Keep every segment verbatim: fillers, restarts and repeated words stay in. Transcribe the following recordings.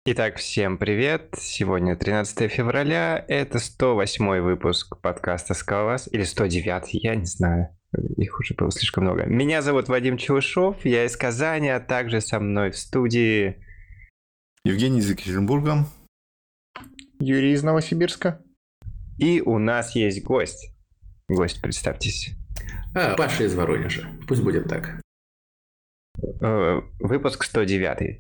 Итак, всем привет! Сегодня тринадцатое февраля, это сто восьмой выпуск подкаста «Скалолаз», или сто девятый, я не знаю, их уже было слишком много. Меня зовут Вадим Челышов, я из Казани, а также со мной в студии... Евгений из Екатеринбурга. Юрий из Новосибирска. И у нас есть гость. Гость, представьтесь. А, Паша из Воронежа. Пусть будет так. Э, Выпуск сто девятый.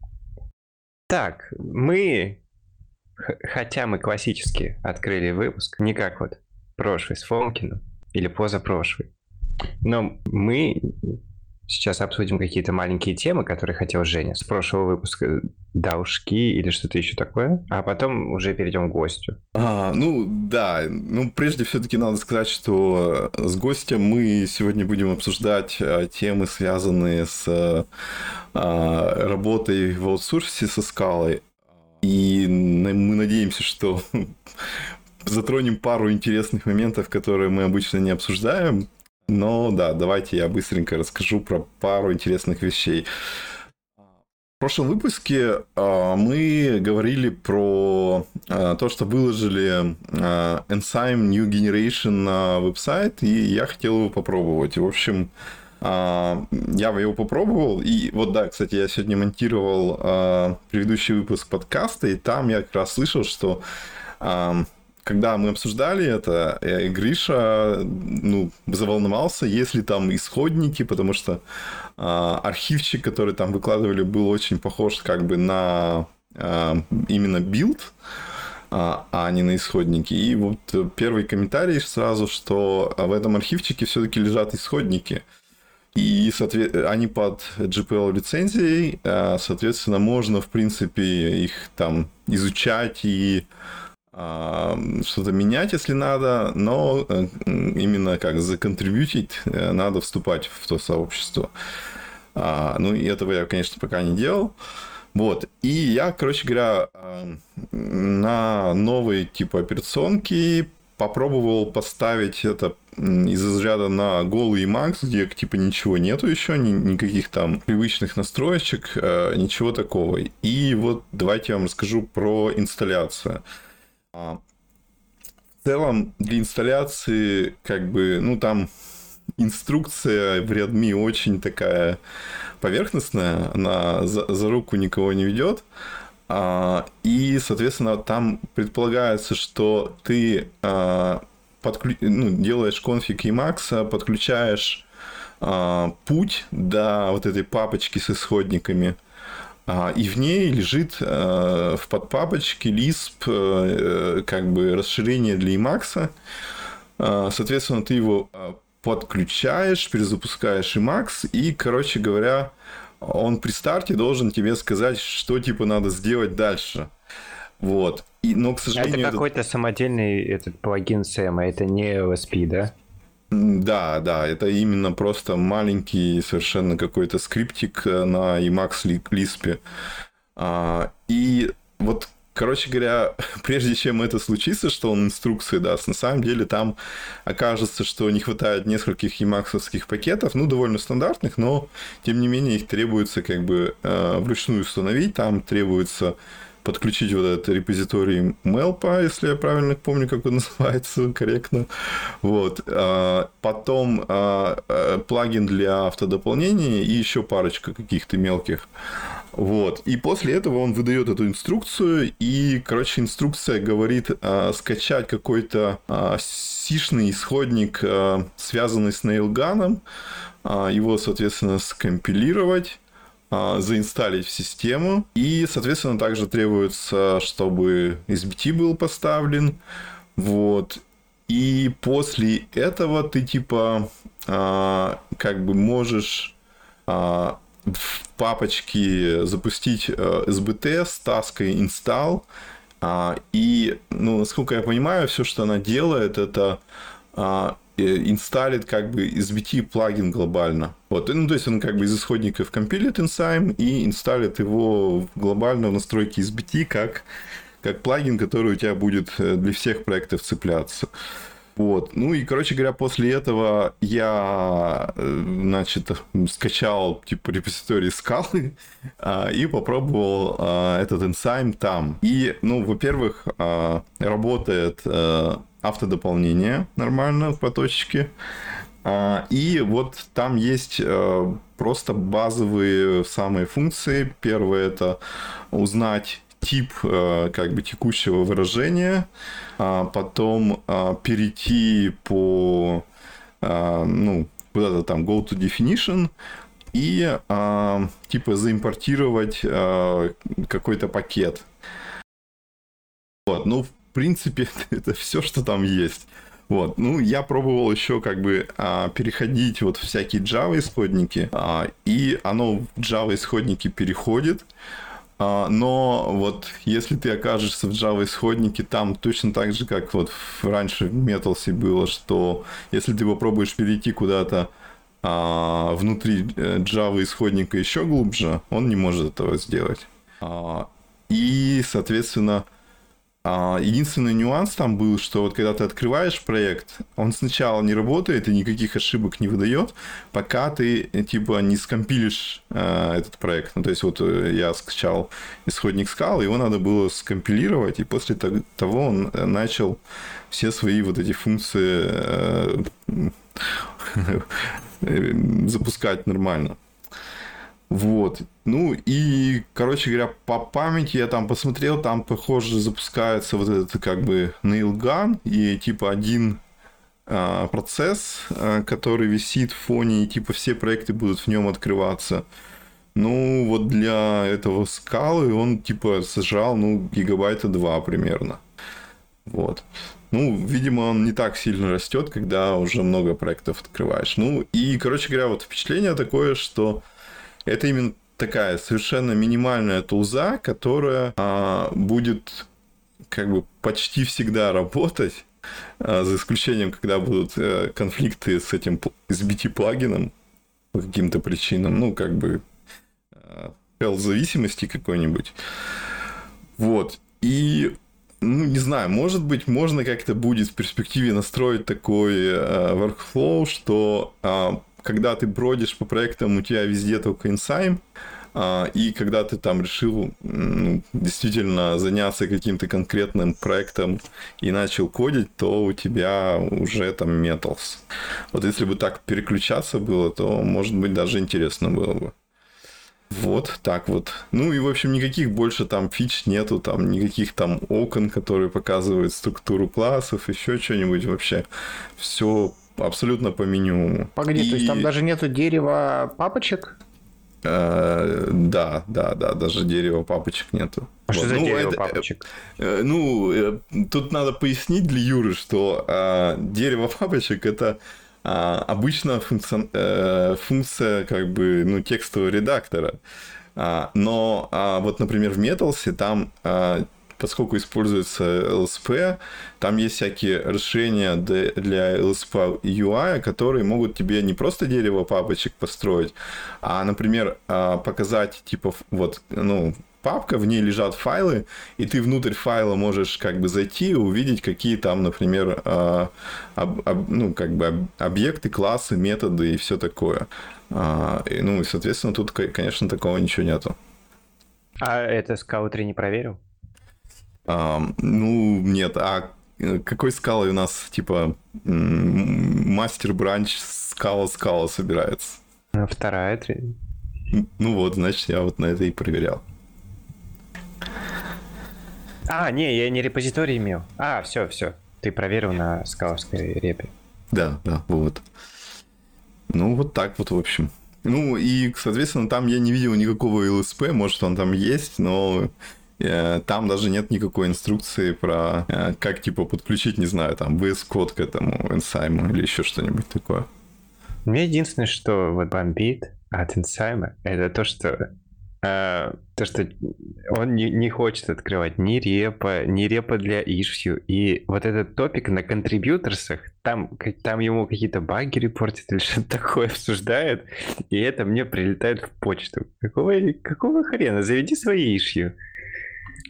Так, мы, х- хотя мы классически открыли выпуск, не как вот прошлый с Фомкиным или позапрошлый, но мы сейчас обсудим какие-то маленькие темы, которые хотел Женя с прошлого выпуска, должки или что-то еще такое, а потом уже перейдем к гостю. А, ну да, ну прежде все-таки надо сказать, что с гостем мы сегодня будем обсуждать а, темы, связанные с а, работой в аутсорсе со скалой. И на- мы надеемся, что затронем пару интересных моментов, которые мы обычно не обсуждаем. Но да, давайте я быстренько расскажу про пару интересных вещей. В прошлом выпуске а, мы говорили про а, то, что выложили а, Enzyme New Generation на веб-сайт, и я хотел его попробовать. В общем, а, я его попробовал, и вот да, кстати, я сегодня монтировал а, предыдущий выпуск подкаста, и там я как раз слышал, что а, когда мы обсуждали это, э, Гриша ну, заволновался, есть ли там исходники, потому что а, архивчик, который там выкладывали, был очень похож как бы на а, именно билд, а, а не на исходники. И вот первый комментарий сразу, что в этом архивчике все-таки лежат исходники. И соответ... они под джи пи эл лицензией, а, соответственно, можно, в принципе, их там изучать и что-то менять, если надо, но именно как законтрибьютить надо вступать в то сообщество. Ну, и этого я, конечно, пока не делал. Вот. И я, короче говоря, на новые типа операционки попробовал поставить это из разряда на голый Emacs, где типа ничего нету еще, ни, никаких там привычных настроечек, ничего такого. И вот давайте я вам расскажу про инсталляцию. В целом, для инсталляции, как бы, ну, там инструкция в Redmi очень такая поверхностная, она за, за руку никого не ведет. И, соответственно, там предполагается, что ты подклю... ну, делаешь конфиг Emacs, подключаешь путь до вот этой папочки с исходниками. И в ней лежит э, в подпапочке Lisp, э, как бы расширение для Emacs. Э, соответственно, ты его подключаешь, перезапускаешь Emacs, и, короче говоря, он при старте должен тебе сказать, что типа надо сделать дальше. Вот. И, но, к сожалению, Это какой-то этот... самодельный этот плагин Сэма, это не эл эс пи, да? Да, да, это именно просто маленький совершенно какой-то скриптик на Emacs Lisp. И вот, короче говоря, прежде чем это случится, что он инструкции даст, на самом деле там окажется, что не хватает нескольких Emacs-овских пакетов, ну, довольно стандартных, но, тем не менее, их требуется как бы вручную установить, там требуется подключить вот этот репозиторий Melpa, если я правильно помню, как он называется корректно. Вот. Потом плагин для автодополнения и еще парочка каких-то мелких. Вот. И после этого он выдает эту инструкцию, и, короче, инструкция говорит скачать какой-то сишный исходник, связанный с Nailgun, его, соответственно, скомпилировать, заинсталлить в систему. И, соответственно, также требуется, чтобы эс би ти был поставлен. Вот. И после этого ты типа как бы можешь в папочке запустить эс би ти с таской install. И, ну, насколько я понимаю, все, что она делает, это инсталлит как бы эс би ти плагин глобально. Вот. Ну, то есть он как бы из исходников компилит Enzyme и инсталлит его глобально в настройки эс би ти как, как плагин, который у тебя будет для всех проектов цепляться. Вот. Ну и, короче говоря, после этого я, э, значит, скачал, типа, репозиторий скалы а, и попробовал а, этот Enzyme там. И, ну, во-первых, а, работает а, автодополнение нормально по точечке. А, и вот там есть а, просто базовые самые функции. Первое — это узнать тип как бы текущего выражения, а потом а, перейти по а, ну, куда-то там go to definition и а, типа заимпортировать а, какой-то пакет. Вот, ну, в принципе, это все, что там есть. Вот, ну, я пробовал еще как бы а, переходить вот всякие Java исходники, а, и оно в Java исходники переходит. Но вот если ты окажешься в Java исходнике, там точно так же, как вот раньше в Metals было, что если ты попробуешь перейти куда-то а, внутри Java исходника еще глубже, он не может этого сделать. А, и, соответственно, а, единственный нюанс там был, что вот когда ты открываешь проект, он сначала не работает и никаких ошибок не выдает, пока ты типа не скомпилишь а, этот проект. Ну, то есть вот я скачал исходник скалы, его надо было скомпилировать, и после того он начал все свои вот эти функции запускать нормально. Вот. Ну и, короче говоря, по памяти я там посмотрел, там, похоже, запускается вот этот как бы nailgun и типа один а, процесс, а, который висит в фоне, и типа все проекты будут в нем открываться. Ну вот для этого скалы он типа сожрал, ну, гигабайта два примерно. Вот. Ну, видимо, он не так сильно растет, когда уже много проектов открываешь. Ну и, короче говоря, вот впечатление такое, что это именно такая совершенно минимальная тулза, которая а, будет как бы почти всегда работать, а, за исключением, когда будут а, конфликты с этим с би ти-плагином по каким-то причинам, ну, как бы а, health-зависимости какой-нибудь. Вот. И, ну, не знаю, может быть, можно как-то будет в перспективе настроить такой а, workflow, что... А, когда ты бродишь по проектам, у тебя везде только Enzyme, и когда ты там решил ну, действительно заняться каким-то конкретным проектом и начал кодить, то у тебя уже там Metals. Вот если бы так переключаться было, то, может быть, даже интересно было бы. Вот так вот. Ну и, в общем, никаких больше там фич нету, там никаких там окон, которые показывают структуру классов, еще что-нибудь вообще. Все абсолютно по минимуму. Погоди, и... то есть там даже нету дерева папочек? Э, да, да, да, даже дерева папочек нету. А что вот. за ну, дерево это, папочек? Э, ну, э, тут надо пояснить для Юры, что э, дерево папочек это э, обычно функция, э, функция как бы, ну, текстового редактора. А, но а, вот, например, в Metals там... А, поскольку используется эл эс пи, там есть всякие расширения для эл эс пи ю ай, которые могут тебе не просто дерево папочек построить, а, например, показать, типа, вот, ну, папка, в ней лежат файлы, и ты внутрь файла можешь как бы зайти и увидеть, какие там, например, ну, как бы объекты, классы, методы и все такое. И, ну, и, соответственно, тут, конечно, такого ничего нету. А это Scout три не проверил? Um, ну, нет, а какой скалой у нас, типа, мастер-бранч скала-скала собирается? Вторая, третья. Ну вот, значит, я вот на это и проверял. А, не, я не репозиторий имел. А, все, все. Ты проверил на скаловской репе. Да, да, вот. Ну, вот так вот, в общем. Ну, и, соответственно, там я не видел никакого эл эс пи, может, он там есть, но... Там даже нет никакой инструкции про как, типа, подключить, не знаю, там, ви эс-код к этому Enzyme или еще что-нибудь такое. Мне единственное, что вот бомбит от Enzyme, это то, что э, то, что он не, не хочет открывать ни репа, ни репа для issue. И вот этот топик на контрибьюторсах, там, там ему какие-то баги репортят или что-то такое обсуждают, и это мне прилетает в почту. Какого, какого хрена? Заведи свои issue.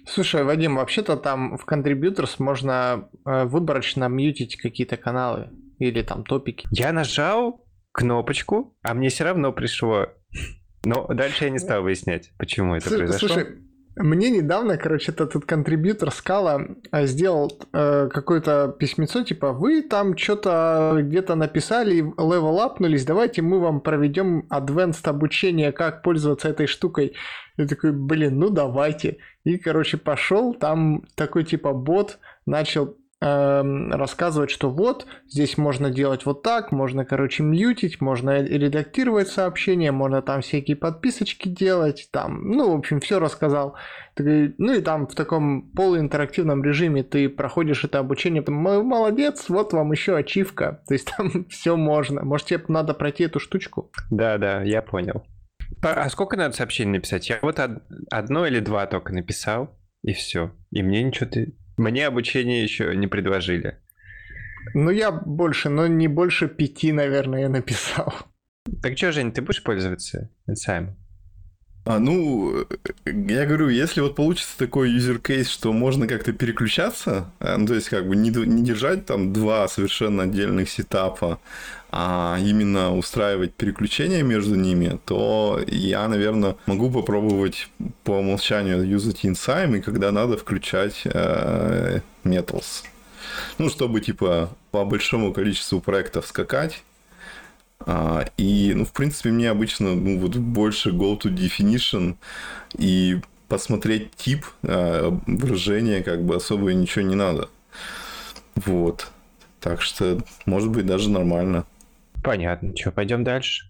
Слушай, Вадим, вообще-то там в Contributors можно э, выборочно мьютить какие-то каналы или там топики. Я нажал кнопочку, а мне все равно пришло. Но дальше я не стал выяснять, почему это Слушай, произошло. Слушай, мне недавно, короче, этот, этот контрибьютор Scala э, сделал э, какое-то письмецо, типа, вы там что-то где-то написали, левел-апнулись, давайте мы вам проведем advanced обучение, как пользоваться этой штукой. Я такой, блин, ну давайте. И, короче, пошел, там такой типа бот начал эм, рассказывать, что вот, здесь можно делать вот так, можно, короче, мьютить, можно редактировать сообщения, можно там всякие подписочки делать, там, ну, в общем, все рассказал. Такой, ну и там в таком полуинтерактивном режиме ты проходишь это обучение, там, молодец, вот вам еще ачивка, то есть там все можно. Может, тебе надо пройти эту штучку? Да-да, я понял. А сколько надо сообщений написать? Я вот од- одно или два только написал, и все. И мне ничего ты... Мне обучение еще не предложили. Ну, я больше, но не больше пяти, наверное, я написал. Так что, Жень, ты будешь пользоваться сам? А, ну, я говорю, если вот получится такой user case, что можно как-то переключаться, ну, то есть как бы не, не держать там два совершенно отдельных сетапа, а именно устраивать переключения между ними, то я, наверное, могу попробовать по умолчанию юзать InSime, и когда надо включать э, Metals. Ну, чтобы типа по большому количеству проектов скакать. А, и, ну, в принципе, мне обычно ну, вот больше go to definition и посмотреть тип а, выражения, как бы особо ничего не надо. Вот. Так что, может быть, даже нормально. Понятно. Что, пойдем дальше?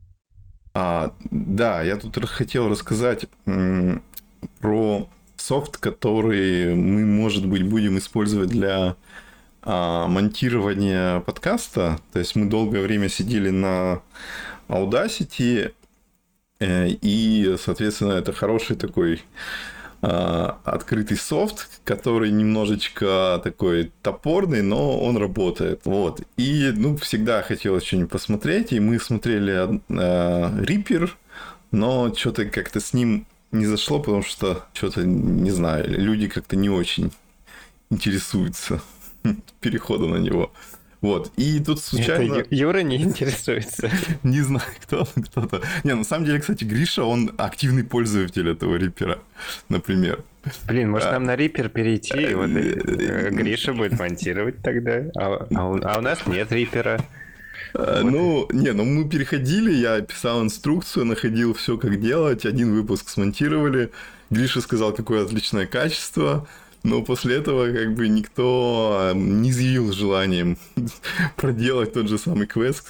А, да, я тут хотел рассказать м- про софт, который мы, может быть, будем использовать для а, монтирования подкаста. То есть мы долгое время сидели на Audacity, э, и, соответственно, это хороший такой а, открытый софт, который немножечко такой топорный, но он работает. Вот. И, ну, всегда хотелось что-нибудь посмотреть, и мы смотрели а, Reaper, но что-то как-то с ним не зашло, потому что что-то, не знаю, люди как-то не очень интересуются перехода на него. Вот. И тут случайно... Это Юра не интересуется. Не знаю, кто кто-то. Не, на самом деле, кстати, Гриша, он активный пользователь этого рипера, например. Блин, может нам на Reaper перейти, и вот э, Гриша будет монтировать тогда, а, а, у, а у нас нет Reaper. Вот. Ну, не, ну мы переходили, я писал инструкцию, находил все, как делать, один выпуск смонтировали, Гриша сказал, какое отличное качество, но после этого как бы никто не изъявил желанием проделать тот же самый квест.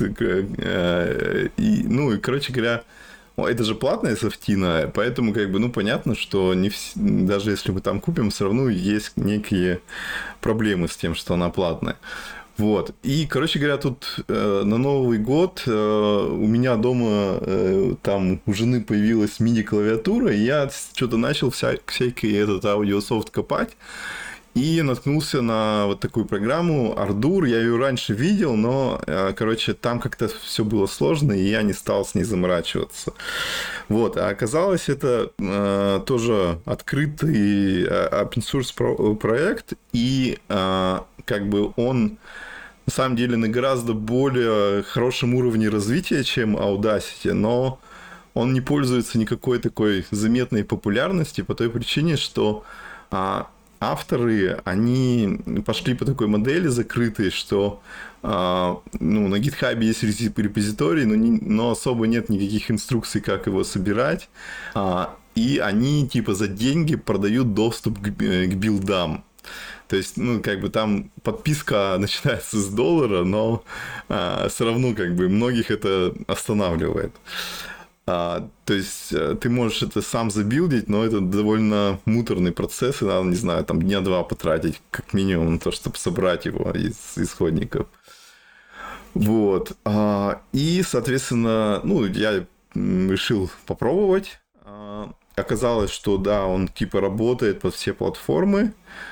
И, ну, и, короче говоря, это же платная софтина, поэтому как бы, ну, понятно, что не вс... даже если мы там купим, все равно есть некие проблемы с тем, что она платная. Вот. И, короче говоря, тут э, на Новый год э, у меня дома э, там у жены появилась мини-клавиатура, и я что-то начал вся, всякий этот аудиософт копать, и наткнулся на вот такую программу Ardour. Я ее раньше видел, но, э, короче, там как-то все было сложно, и я не стал с ней заморачиваться. Вот. А оказалось, это э, тоже открытый э, open source проект, и э, как бы он на самом деле на гораздо более хорошем уровне развития, чем Audacity, но он не пользуется никакой такой заметной популярностью по той причине, что а, авторы, они пошли по такой модели закрытой, что а, ну, на GitHub есть репозиторий, но, не, но особо нет никаких инструкций, как его собирать, а, и они типа за деньги продают доступ к, к билдам. То есть, ну, как бы там подписка начинается с доллара, но а, все равно, как бы, многих это останавливает. А, то есть, ты можешь это сам забилдить, но это довольно муторный процесс, и надо, не знаю, там дня два потратить, как минимум, на то, чтобы собрать его из исходников. Вот. А, и, соответственно, ну, я решил попробовать. А, оказалось, что да, он типа работает под все платформы.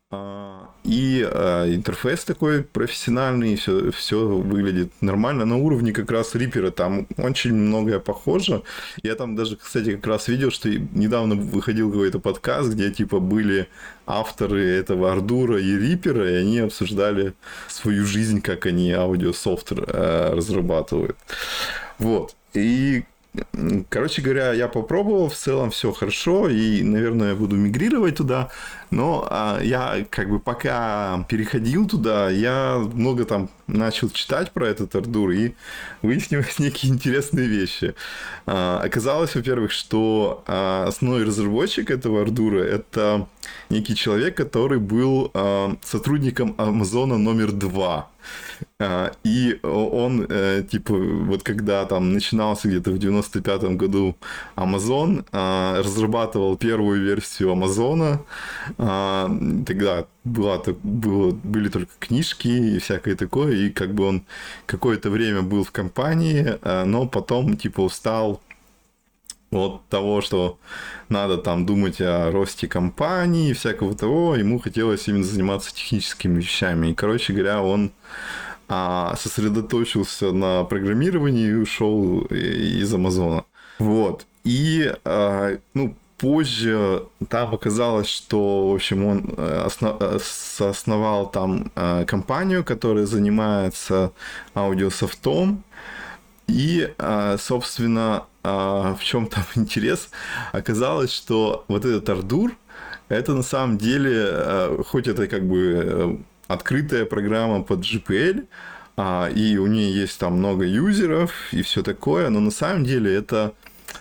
И э, интерфейс такой профессиональный, все, все выглядит нормально. На уровне как раз Reaper там очень многое похоже. Я там даже, кстати, как раз видел, что недавно выходил какой-то подкаст, где типа были авторы этого Ардура и Reaper, и они обсуждали свою жизнь, как они аудиософт э, разрабатывают. Вот. И короче говоря, я попробовал, в целом все хорошо, и, наверное, я буду мигрировать туда, но а, я как бы пока переходил туда, я много там начал читать про этот Ардур и выяснилось некие интересные вещи. А, оказалось, во-первых, что а, основной разработчик этого Ардура — это некий человек, который был а, сотрудником Амазона номер два. Uh, и он, uh, типа, вот когда там начинался где-то в девяносто пятом году Amazon, uh, разрабатывал первую версию Амазона, uh, тогда была, было, были только книжки и всякое такое, и как бы он какое-то время был в компании, uh, но потом, типа, устал от того, что надо там думать о росте компании и всякого того, ему хотелось именно заниматься техническими вещами. И, короче говоря, он а, сосредоточился на программировании и ушел из Амазона. Вот. И, а, ну, позже там оказалось, что, в общем, он основ... основал там компанию, которая занимается аудиософтом. И, собственно, в чем там интерес? Оказалось, что вот этот Ардур, это на самом деле, хоть это как бы открытая программа под джи пи эл, и у нее есть там много юзеров и все такое, но на самом деле это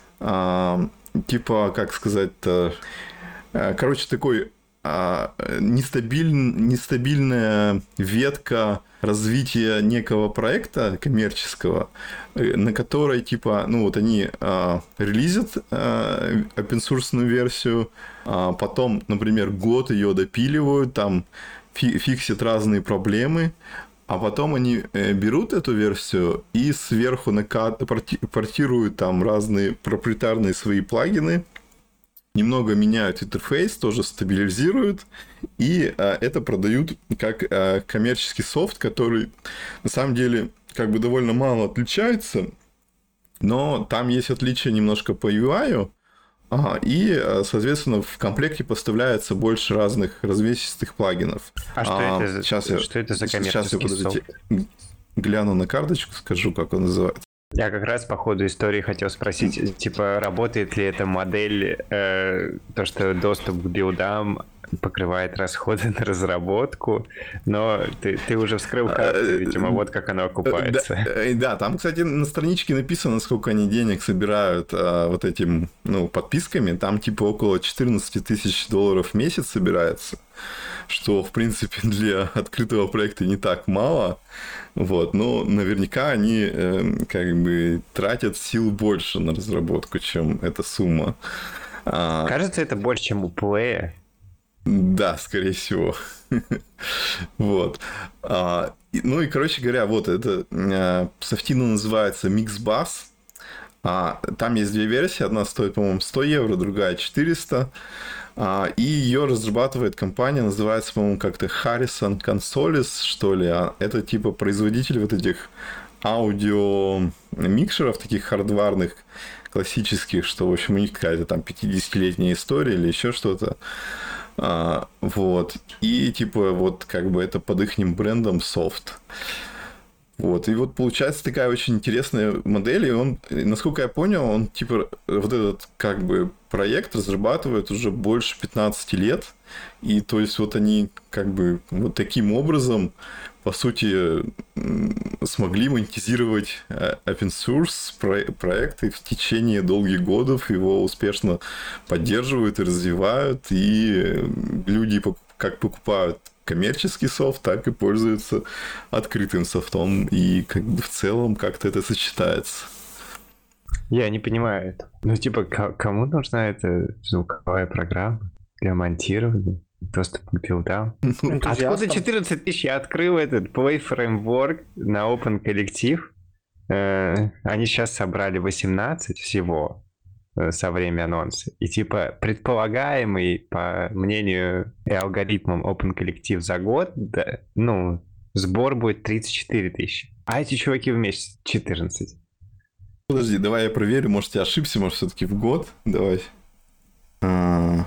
типа, как сказать-то, короче, такой нестабиль... нестабильная ветка развития некого проекта коммерческого, на которой, типа, ну вот они а, релизят а, open-source версию, а потом, например, год ее допиливают, там фи- фиксят разные проблемы, а потом они берут эту версию и сверху накат... порти... портируют там разные проприетарные свои плагины, немного меняют интерфейс, тоже стабилизируют, и а, это продают как а, коммерческий софт, который на самом деле как бы довольно мало отличается, но там есть отличия немножко по ю ай, а, и, соответственно, в комплекте поставляется больше разных развесистых плагинов. А, а что, это за, сейчас я, что это за коммерческий сейчас я, софт? Гляну на карточку, скажу, как он называется. Я как раз по ходу истории хотел спросить, типа, работает ли эта модель, э, то, что доступ к билдам покрывает расходы на разработку, но ты, ты уже вскрыл карту, видимо, вот как оно окупается. Да, да, там, кстати, на страничке написано, сколько они денег собирают а, вот этим, ну, подписками, там типа около четырнадцать тысяч долларов в месяц собирается, что, в принципе, для открытого проекта не так мало, вот, но наверняка они э, как бы тратят сил больше на разработку, чем эта сумма. Кажется, это больше, чем у Play. Да, скорее всего. Вот. А, ну и, короче говоря, вот это а, софтина называется MixBus. А, там есть две версии. Одна стоит, по-моему, сто евро, другая четыреста. А, и ее разрабатывает компания, называется, по-моему, как-то Harrison Consoles, что ли. А, это типа производитель вот этих аудиомикшеров, таких хардварных, классических, что, в общем, у них какая-то там пятидесятилетняя история или еще что-то. А, вот. И типа вот как бы это под ихним брендом софт. Вот. И вот получается такая очень интересная модель. И он, насколько я понял, он типа вот этот как бы проект разрабатывает уже больше пятнадцати лет. И то есть вот они как бы вот таким образом, по сути, смогли монетизировать open source проекты в течение долгих годов, его успешно поддерживают и развивают, и люди как покупают коммерческий софт, так и пользуются открытым софтом, и как бы в целом как-то это сочетается. Я не понимаю это. Ну, типа, кому нужна эта звуковая программа для монтирования? Доступ к билдам. Откуда четырнадцать тысяч? Я открыл этот Play Framework на Open коллектив. Э, они сейчас собрали восемнадцать всего. э, со времени анонса. И типа предполагаемый, по мнению и алгоритмам Open Collective за год, да, ну, сбор будет тридцать четыре тысячи. А эти чуваки в месяц четырнадцать. Подожди, давай я проверю, может я ошибся, может все-таки в год. Давай. А,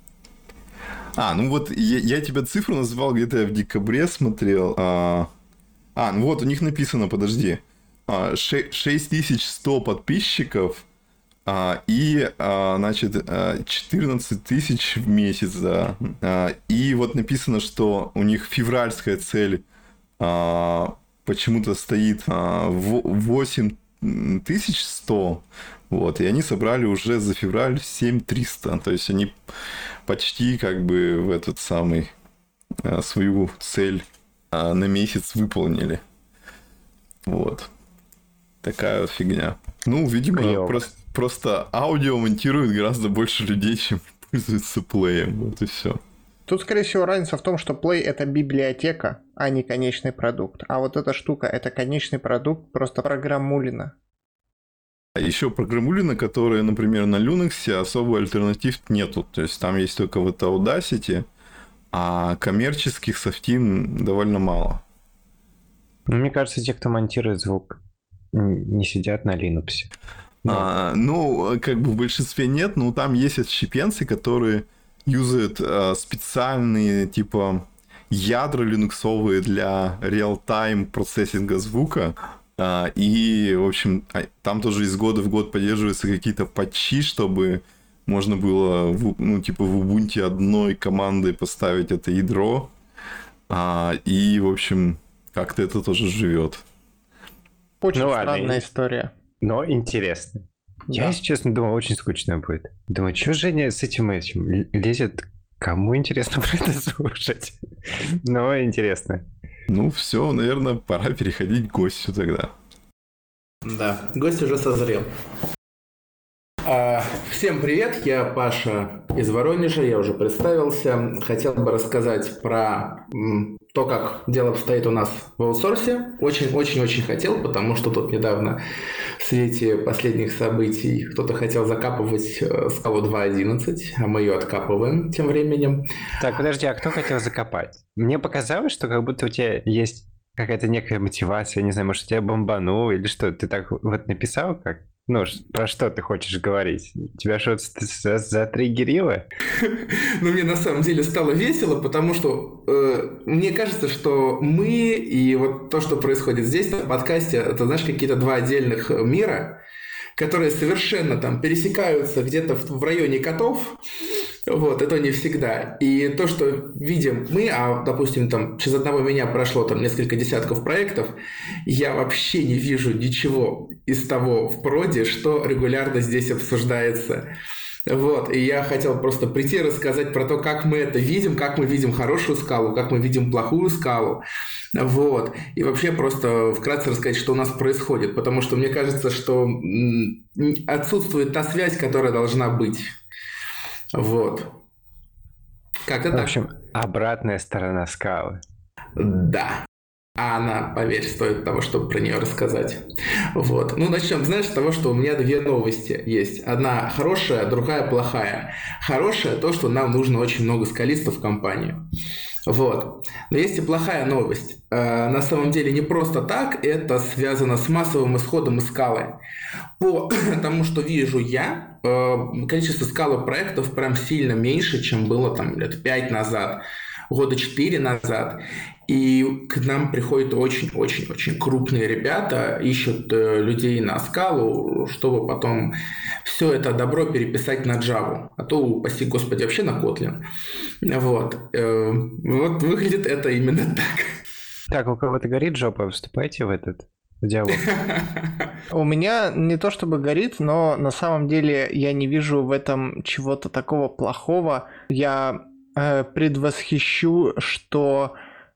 а ну вот я, я тебе цифру назвал, где-то я в декабре смотрел. А, а ну вот у них написано, подожди. А, шесть тысяч сто подписчиков а, и, а, значит, четырнадцать тысяч в месяц, да. А, и вот написано, что у них февральская цель а, почему-то стоит а, восемь тысяч сто, вот, и они собрали уже за февраль семь тысяч триста, то есть они почти как бы в этот самый а, свою цель а, на месяц выполнили, вот, такая вот фигня. Ну, видимо, просто, просто аудио монтирует гораздо больше людей, чем пользуются плеем, вот и все. Тут, скорее всего, разница в том, что Play — это библиотека, а не конечный продукт. А вот эта штука — это конечный продукт, просто программулина. А еще программулина, которая, например, на Linux особо альтернатив нету. То есть там есть только вот Audacity, а коммерческих софтин довольно мало. Мне кажется, те, кто монтирует звук, не сидят на Linux. Но... А, ну, как бы в большинстве нет, но там есть отщепенцы, которые... юзают э, специальные типа ядра линуксовые для реал-тайм процессинга звука. Э, и, в общем, там тоже из года в год поддерживаются какие-то патчи, чтобы можно было, в, ну, типа в Ubuntu одной командой поставить это ядро. Э, и, в общем, как-то это тоже живет. Очень ну, странная ладно. история. Но интересно. Я, Да. если честно, думал, очень скучно будет. Думаю, что Женя с этим этим лезет? Кому интересно про это слушать? Но интересно. Ну, все, наверное, пора переходить к гостю тогда. Да, гость уже созрел. А, всем привет, я Паша из Воронежа, я уже представился. Хотел бы рассказать про м, то, как дело обстоит у нас в аутсорсе. Очень-очень-очень хотел, потому что тут недавно в свете последних событий кто-то хотел закапывать э, скалу два точка одиннадцать, а мы ее откапываем тем временем. Так, подожди, а кто хотел закопать? Мне показалось, что как будто у тебя есть какая-то некая мотивация, не знаю, может, у тебя бомбануло или что? Ты так вот написал, как? Ну, про что ты хочешь говорить? Тебя что-то затриггерило? Ну, мне на самом деле стало весело, потому что э, мне кажется, что мы и вот то, что происходит здесь на подкасте, это, знаешь, какие-то два отдельных мира, которые совершенно там пересекаются где-то в, в районе котов. Вот, это не всегда. И то, что видим мы, а, допустим, там через одного меня прошло там несколько десятков проектов, я вообще не вижу ничего из того в проде, что регулярно здесь обсуждается. Вот, и я хотел просто прийти и рассказать про то, как мы это видим, как мы видим хорошую скалу, как мы видим плохую скалу. Вот, и вообще просто вкратце рассказать, что у нас происходит, потому что мне кажется, что отсутствует та связь, которая должна быть. Вот. Как это? В общем, обратная сторона скалы. Да. А она, поверь, стоит того, чтобы про нее рассказать. Вот. Ну, начнем, знаешь, с того, что у меня две новости есть. Одна хорошая, другая плохая. Хорошая — то, что нам нужно очень много скалистов в компанию. Вот. Но есть и плохая новость. Э, на самом деле не просто так, это связано с массовым исходом из скалы. По тому, что вижу я, э, количество скалы проектов прям сильно меньше, чем было там лет пять назад, года четыре назад. И к нам приходят очень-очень-очень крупные ребята, ищут э, людей на скалу, чтобы потом все это добро переписать на Java. А то, упаси господи, вообще на Kotlin. Вот. Э, вот выглядит это именно так. Так, у кого-то горит жопа, вступайте в этот диалог. У меня не то чтобы горит, но на самом деле я не вижу в этом чего-то такого плохого. Я э, предвосхищу, что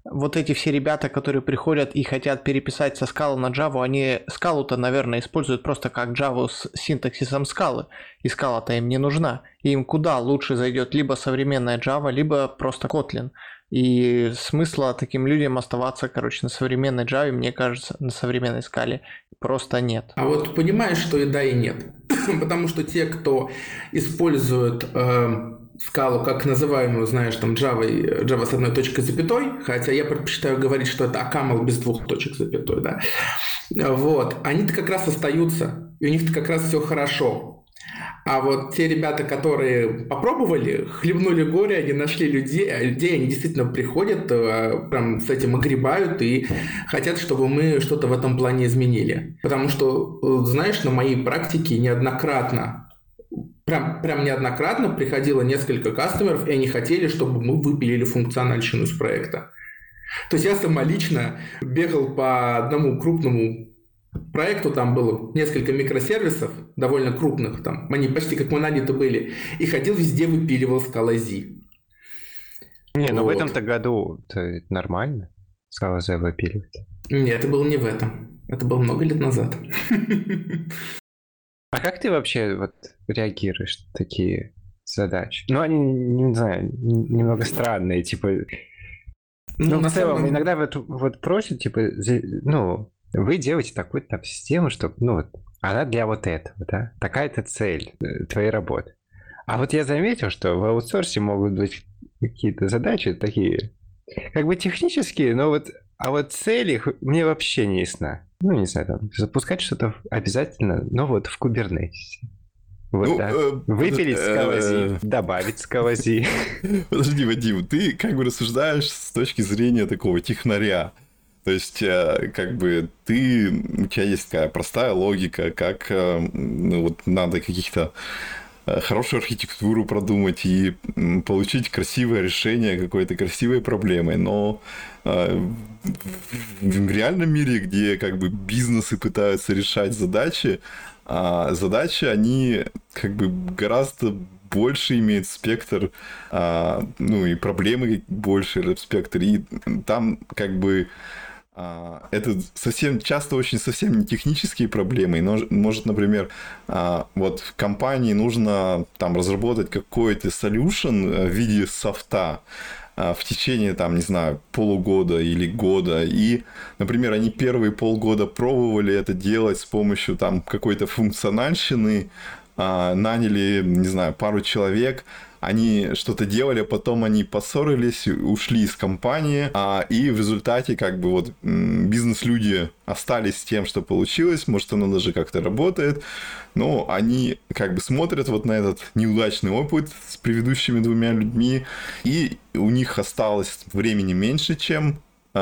вот эти все ребята, которые приходят и хотят переписать со Scala на Java, они Scala-то, наверное, используют просто как Java с синтаксисом Scala, и Scala-то им не нужна. И им куда лучше зайдет либо современная Java, либо просто Kotlin. И смысла таким людям оставаться, короче, на современной Java, мне кажется, на современной скале просто нет. А вот понимаешь, что и да, и нет. Потому что те, кто использует э, скалу как называемую, знаешь, там Java, Java с одной точкой запятой, хотя я предпочитаю говорить, что это Акамл без двух точек запятой, да, вот, они-то как раз остаются, и у них-то как раз все хорошо. А вот те ребята, которые попробовали, хлебнули горе, они нашли людей, а людей они действительно приходят, прям с этим огребают и хотят, чтобы мы что-то в этом плане изменили. Потому что, знаешь, на моей практике неоднократно, прям, прям неоднократно приходило несколько кастомеров, и они хотели, чтобы мы выпилили функциональщину из проекта. То есть я самолично бегал по одному крупному проекту, там было несколько микросервисов, довольно крупных, там они почти как монолиты были, и ходил везде, выпиливал Scala Z. Не, ну Вот. в этом-то году это нормально, Scala Z выпиливать. Нет, это было не в этом. Это было много лет назад. А как ты вообще вот реагируешь на такие задачи? Ну, они, не знаю, немного странные, типа... Ну, в целом, иногда вот, вот просят, типа, ну... Вы делаете такую-то там систему, чтобы, ну, вот, она для вот этого, да? Такая-то цель твоей работы. А вот я заметил, что в аутсорсе могут быть какие-то задачи такие, как бы технические, но вот, а вот цель их мне вообще не ясна. Ну, не знаю, там, запускать что-то обязательно, но вот в Kubernetes. Вот, Ну, да. э, Выпилить э, Scala Z, э, добавить Scala Z. Подожди, Вадим, ты как бы рассуждаешь с точки зрения такого технаря. То есть, э, как бы ты, у тебя есть такая простая логика, как э, ну, вот надо каких-то э, хорошую архитектуру продумать и м, получить красивое решение какой-то красивой проблемы. Но э, в, в реальном мире, где как бы бизнесы пытаются решать задачи, а задачи, они как бы гораздо больше имеет спектр, а, ну и проблемы больше спектр, и там как бы а, это совсем часто очень совсем не технические проблемы, но может, например, а, вот в компании нужно там разработать какой-то solution в виде софта а, в течение, там, не знаю, полугода или года, и, например, они первые полгода пробовали это делать с помощью там какой-то функциональщины, а, наняли, не знаю, пару человек, они что-то делали, а потом они поссорились, ушли из компании, а, и в результате как бы вот бизнес-люди остались с тем, что получилось, может, оно даже как-то работает, но они как бы смотрят вот на этот неудачный опыт с предыдущими двумя людьми, и у них осталось времени меньше, чем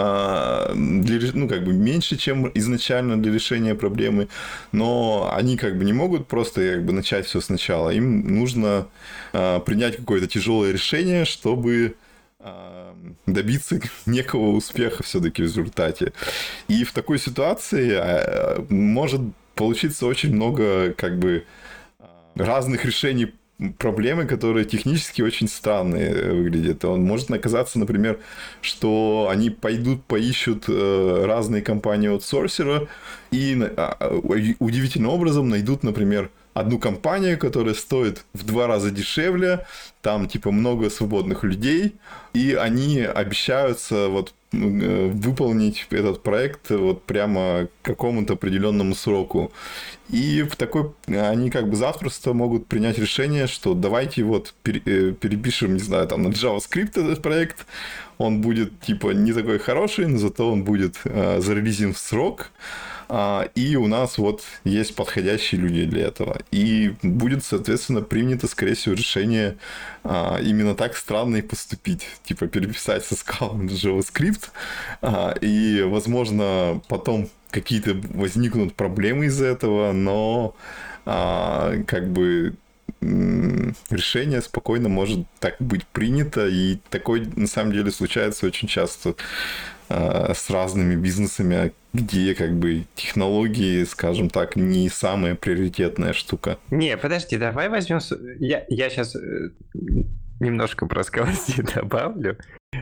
для, ну, как бы меньше, чем изначально для решения проблемы, но они как бы не могут просто как бы начать все сначала. Им нужно а, принять какое-то тяжелое решение, чтобы а, добиться некого успеха все-таки в результате. И в такой ситуации а, может получиться очень много как бы разных решений проблемы, которые технически очень странные выглядят. Он может оказаться, например, что они пойдут, поищут разные компании-аутсорсера и удивительным образом найдут, например, одну компанию, которая стоит в два раза дешевле, там типа много свободных людей, и они обещаются вот выполнить этот проект вот прямо к какому-то определенному сроку. И в такой они как бы запросто могут принять решение, что давайте вот перепишем, не знаю, там на JavaScript этот проект, он будет типа не такой хороший, но зато он будет э, зарелизен в срок, э, и у нас вот есть подходящие люди для этого. И будет, соответственно, принято, скорее всего, решение э, именно так странно и поступить, типа переписать со Scala на JavaScript, э, и, возможно, потом какие-то возникнут проблемы из-за этого, но а, как бы м- решение спокойно может так быть принято, и такое на самом деле случается очень часто а, с разными бизнесами, где как бы технологии, скажем так, не самая приоритетная штука. Не, подожди, давай возьмем... Я, я сейчас немножко про Scala Z добавлю.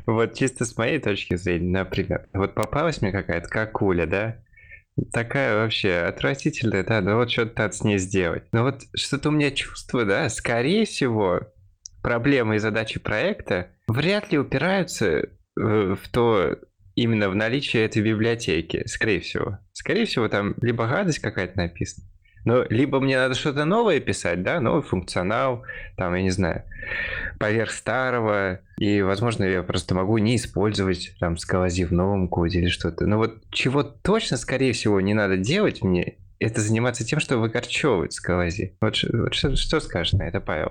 Вот чисто с моей точки зрения, например, вот попалась мне какая-то какуля, да? Такая вообще отвратительная, да, ну вот что-то надо с ней сделать. Но вот что-то у меня чувство, да, скорее всего, проблемы и задачи проекта вряд ли упираются э, в то, именно в наличие этой библиотеки, скорее всего. Скорее всего, там либо гадость какая-то написана, но либо мне надо что-то новое писать, да, новый функционал, там, я не знаю, поверх старого, и, возможно, я просто могу не использовать там Scalaz в новом коде или что-то. Но вот чего точно, скорее всего, не надо делать мне, это заниматься тем, что выкорчевывать Scalaz. Вот, ш- вот что, что скажешь на это, Павел?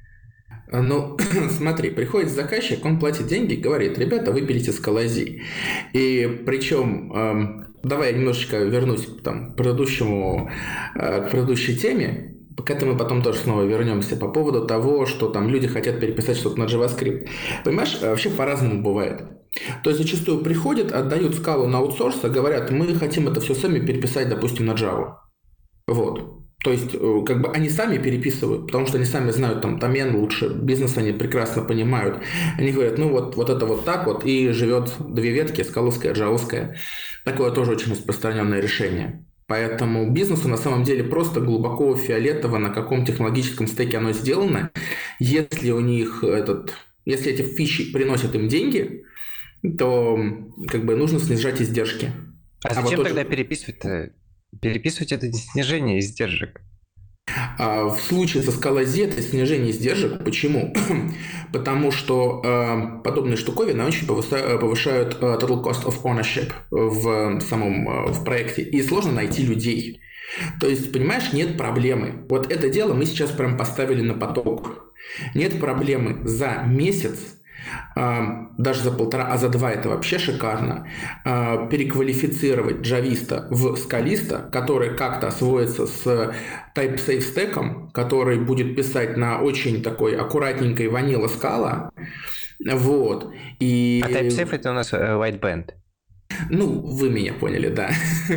Ну, смотри, приходит заказчик, он платит деньги, говорит, ребята, выберите Scalaz. И причем, эм, давай я немножечко вернусь там, к, предыдущему, э, к предыдущей теме, к этому мы потом тоже снова вернемся по поводу того, что там люди хотят переписать что-то на JavaScript. Понимаешь, вообще по-разному бывает. То есть зачастую приходят, отдают скалу на аутсорс, а говорят, мы хотим это все сами переписать, допустим, на Java. Вот. То есть, как бы они сами переписывают, потому что они сами знают там домен лучше, бизнес они прекрасно понимают. Они говорят, ну вот, вот это вот так вот, и живет две ветки, скаловская, джавовская. Такое тоже очень распространенное решение. Поэтому бизнесу на самом деле просто глубоко фиолетово, на каком технологическом стеке оно сделано. Если у них этот, если эти фичи приносят им деньги, то как бы нужно снижать издержки. А А зачем вот тогда тоже- переписывать-то? Переписывать это не снижение издержек. А в случае со Scalaz это снижение издержек. Почему? Потому что э, подобные штуковины очень повыса- повышают э, total cost of ownership в самом э, в проекте. И сложно найти людей. То есть, понимаешь, нет проблемы. Вот это дело мы сейчас прям поставили на поток. Нет проблемы за месяц, э, даже за полтора, а за два это вообще шикарно, э, переквалифицировать джависта в скалиста, который как-то освоится с TypeSafe стеком, который будет писать на очень такой аккуратненькой ванила скала. Вот. И... А TypeSafe это у нас э, Whiteband. Ну, вы меня поняли, да.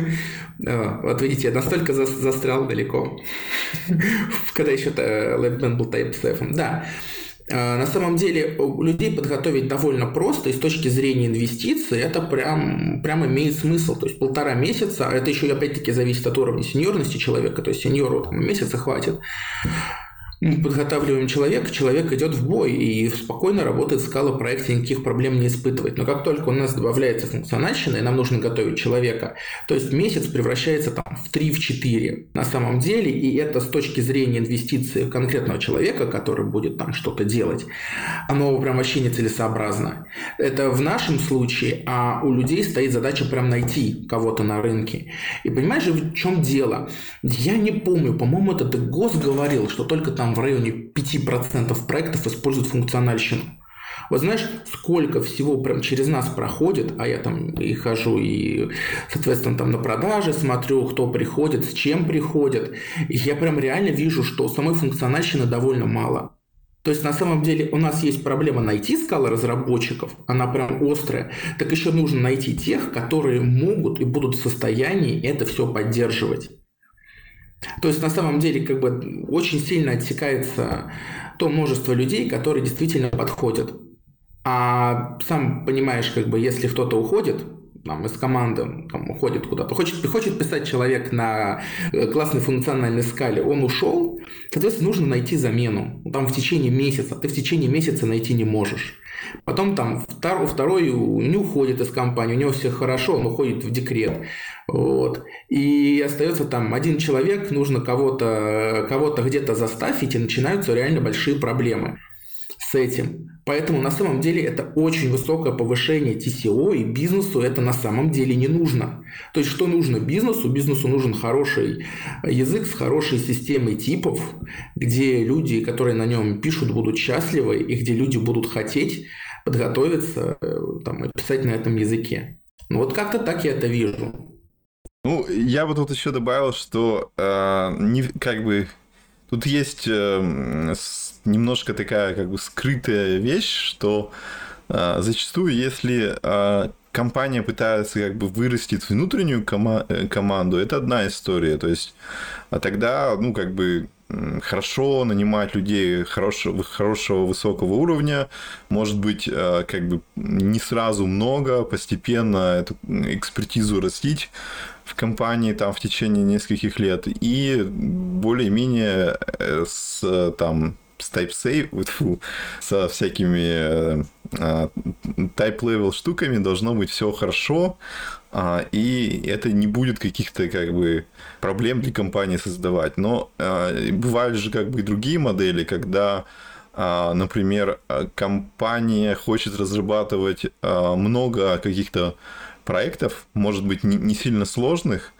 А, Вот видите, я настолько за- застрял далеко, когда еще Whiteband был TypeSafe. Да. А, На самом деле у людей подготовить довольно просто, и с точки зрения инвестиций это прям, прям имеет смысл. То есть полтора месяца, а это еще опять-таки зависит от уровня сеньорности человека, то есть сеньору там, месяца хватит. Мы подготавливаем человека, человек идет в бой и спокойно работает в скала проекте, никаких проблем не испытывает. Но как только у нас добавляется функциональщина, и нам нужно готовить человека, то есть месяц превращается там в три-четыре на самом деле, и это с точки зрения инвестиции в конкретного человека, который будет там что-то делать, оно прям вообще нецелесообразно. Это в нашем случае, а у людей стоит задача прям найти кого-то на рынке. И понимаешь же, в чем дело? Я не помню, по-моему, это Дегос говорил, что только там в районе пяти процентов проектов используют функциональщину. Вот знаешь, сколько всего прям через нас проходит, а я там и хожу, и, соответственно, там на продаже смотрю, кто приходит, с чем приходит. И я прям реально вижу, что самой функциональщины довольно мало. То есть, на самом деле, у нас есть проблема найти скала разработчиков, она прям острая, так еще нужно найти тех, которые могут и будут в состоянии это все поддерживать. То есть, на самом деле, как бы очень сильно отсекается то множество людей, которые действительно подходят. А сам понимаешь, как бы, если кто-то уходит там, из команды, там, уходит куда-то, хочет, хочет писать человек на классной функциональной скале, он ушел, соответственно, нужно найти замену. Там в течение месяца, ты в течение месяца найти не можешь. Потом там второй, второй не уходит из компании, у него все хорошо, он уходит в декрет. Вот. И остается там один человек, нужно кого-то, кого-то где-то заставить, и начинаются реально большие проблемы с этим. Поэтому на самом деле это очень высокое повышение ти си о, и бизнесу это на самом деле не нужно. То есть что нужно бизнесу? Бизнесу нужен хороший язык с хорошей системой типов, где люди, которые на нем пишут, будут счастливы, и где люди будут хотеть подготовиться там, и писать на этом языке. Ну вот как-то так я это вижу. Ну, я бы тут еще добавил, что э, не, как бы тут есть э, с, немножко такая как бы скрытая вещь, что э, зачастую, если э, компания пытается как бы вырастить внутреннюю кома- команду, это одна история. То есть, а тогда, ну, как бы хорошо нанимать людей хорошего, хорошего высокого уровня, может быть, как бы не сразу много, постепенно эту экспертизу растить в компании там в течение нескольких лет и более-менее с там с type-safe, фу, со всякими type-level штуками должно быть все хорошо, и это не будет каких-то как бы проблем для компании создавать. Но бывают же как бы и другие модели, когда, например, компания хочет разрабатывать много каких-то проектов, может быть, не сильно сложных,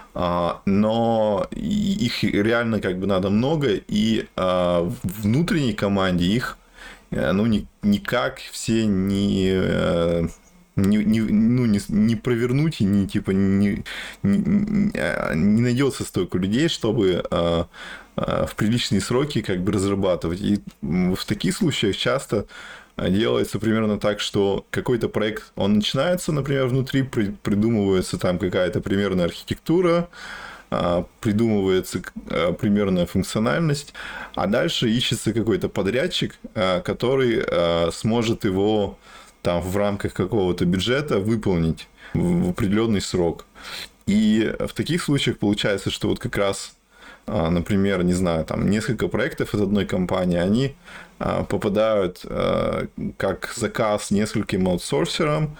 но их реально как бы надо много, и в внутренней команде их ну, ни, никак все не, не, не, ну, не, не провернуть и не, типа, не, не, не найдется столько людей, чтобы в приличные сроки как бы разрабатывать. И в таких случаях часто делается примерно так, что какой-то проект, он начинается, например, внутри, придумывается там какая-то примерная архитектура, придумывается примерная функциональность, а дальше ищется какой-то подрядчик, который сможет его там в рамках какого-то бюджета выполнить в определенный срок. И в таких случаях получается, что вот как раз, например, не знаю, там несколько проектов из одной компании, они попадают как заказ нескольким аутсорсерам,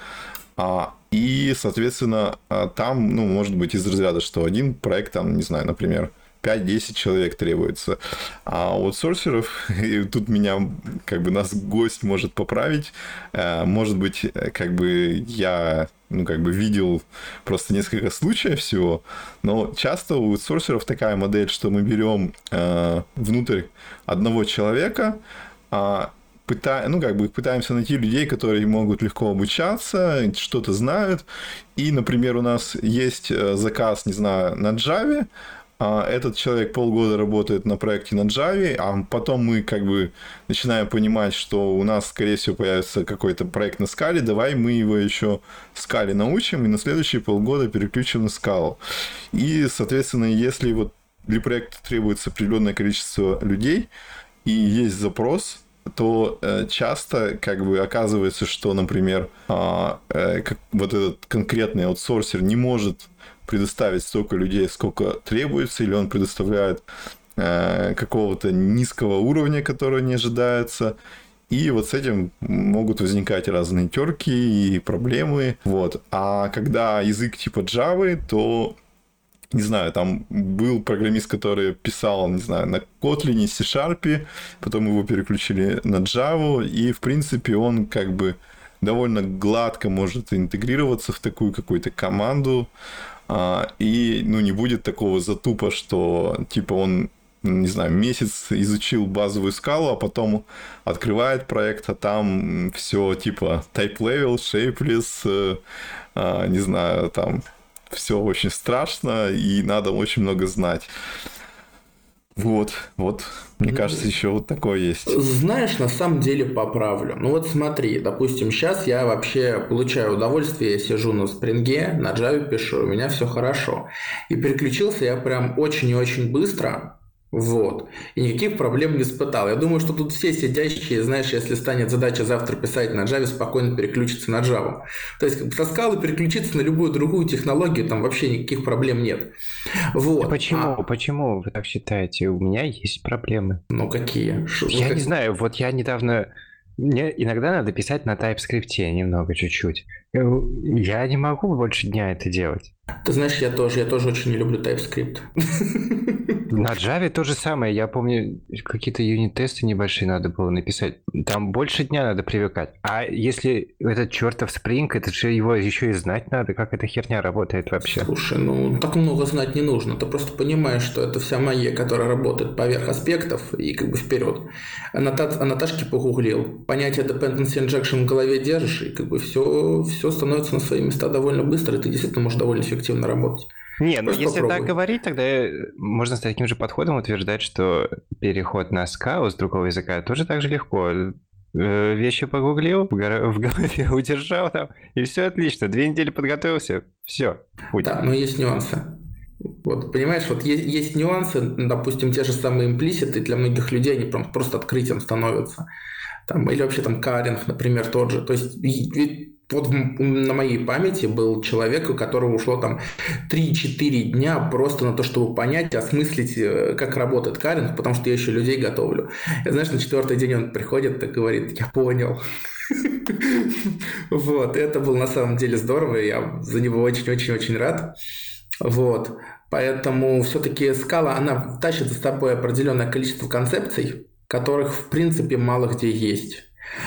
и, соответственно, там, ну, может быть из разряда, что один проект, там, не знаю, например, пять-десять человек требуется. А у аутсорсеров, и тут меня, как бы, нас гость может поправить, может быть, как бы я, ну, как бы видел просто несколько случаев всего, но часто у аутсорсеров такая модель, что мы берем внутрь одного человека, Пыта... ну, как бы пытаемся найти людей, которые могут легко обучаться, что-то знают. И, например, у нас есть заказ, не знаю, на Java. Этот человек полгода работает на проекте на Java, а потом мы как бы начинаем понимать, что у нас, скорее всего, появится какой-то проект на Scala, давай мы его еще Scala научим и на следующие полгода переключим на Scala. И, соответственно, если вот для проекта требуется определенное количество людей и есть запрос, то э, часто как бы оказывается, что, например, э, э, как, вот этот конкретный аутсорсер не может предоставить столько людей, сколько требуется, или он предоставляет э, какого-то низкого уровня, который не ожидается. И вот с этим могут возникать разные терки и проблемы. Вот. А когда язык типа Java, то не знаю, там был программист, который писал, не знаю, на Kotlin, C-Sharp, потом его переключили на Java, и, в принципе, он как бы довольно гладко может интегрироваться в такую какую-то команду, и, ну, не будет такого затупа, что, типа, он, не знаю, месяц изучил базовую скалу, а потом открывает проект, а там все, типа, type level, shapeless, не знаю, там... Все очень страшно, и надо очень много знать. Вот, вот, мне кажется, еще вот такое есть. Знаешь, на самом деле поправлю. Ну вот смотри, допустим, сейчас я вообще получаю удовольствие, я сижу на спринге, на Java пишу, у меня все хорошо. И переключился я прям очень и очень быстро. Вот. И никаких проблем не испытал. Я думаю, что тут все сидящие, знаешь, если станет задача завтра писать на Java, спокойно переключиться на Java. То есть со скалы переключиться на любую другую технологию, там вообще никаких проблем нет. Вот. Почему? А... Почему вы так считаете? У меня есть проблемы. Ну какие? Шо, я как... не знаю, вот я недавно... Мне иногда надо писать на TypeScript немного, чуть-чуть. Я не могу больше дня это делать. Ты знаешь, я тоже, я тоже очень не люблю TypeScript. На Java то же самое. Я помню, какие-то юнит-тесты небольшие надо было написать. Там больше дня надо привыкать. А если этот чертов Spring, это же его еще и знать надо, как эта херня работает вообще. Слушай, ну так много знать не нужно. Ты просто понимаешь, что это вся магия, которая работает поверх аспектов и как бы вперед. Аннота... Аннотажки погуглил. Понятие dependency injection в голове держишь, и как бы все, все становится на свои места довольно быстро, и ты действительно можешь довольно эффективно работать. Не, ну Просто если попробуй. так говорить, тогда можно с таким же подходом утверждать, что переход на Scala с другого языка тоже так же легко. Вещи погуглил, в голове удержал там, и все отлично. Две недели подготовился, все, путь. Да, но есть нюансы. Вот, понимаешь, вот есть, есть нюансы, допустим, те же самые имплиситы, для многих людей они прям просто открытием становятся. Там, или вообще там каринг, например, тот же. То есть вот на моей памяти был человек, у которого ушло там три-четыре дня просто на то, чтобы понять, осмыслить, как работает каринг, потому что я еще людей готовлю. И знаешь, на четвертый день он приходит и говорит: я понял. Вот, это было на самом деле здорово, я за него очень-очень-очень рад. Вот, поэтому все-таки скала, она тащит за собой определенное количество концепций, которых в принципе мало где есть.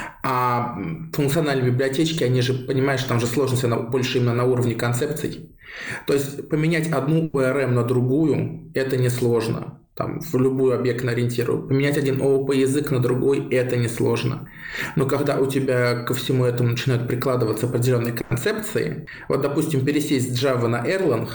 А функциональные библиотечки, они же, понимаешь, там же сложность она больше именно на уровне концепций. То есть поменять одну о эр эм на другую – это несложно. Там, в любую объектно-ориентированную. Поменять один о о пи-язык на другой – это несложно. Но когда у тебя ко всему этому начинают прикладываться определенные концепции, вот, допустим, пересесть с Java на Erlang,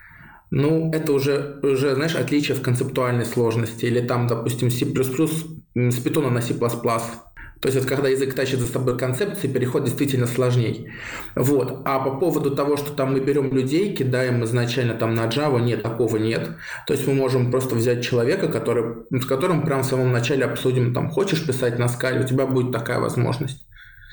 ну, это уже, уже, знаешь, отличие в концептуальной сложности. Или там, допустим, C++ с Python на C++. То есть, вот, когда язык тащит за собой концепции, переход действительно сложней. Вот. А по поводу того, что там мы берем людей, кидаем изначально там на Java, нет, такого нет. То есть, мы можем просто взять человека, который, с которым прямо в самом начале обсудим, там, хочешь писать на скале, у тебя будет такая возможность.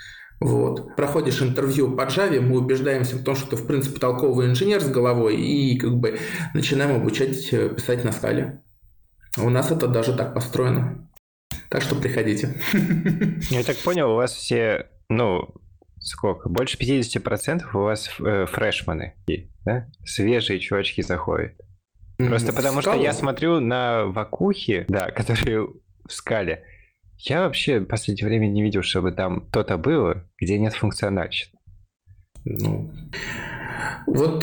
Вот. Проходишь интервью по Java, мы убеждаемся в том, что ты, в принципе, толковый инженер с головой, и как бы начинаем обучать писать на скале. У нас это даже так построено. Так что приходите. Я так понял, у вас все, ну, сколько? Больше пятьдесят процентов у вас э, фрешманы, да? Свежие чувачки заходят. Просто потому что я смотрю на вакухи, да, которые в скале. Я вообще в последнее время не видел, чтобы там кто-то было, где нет функциональщины. Ну, вот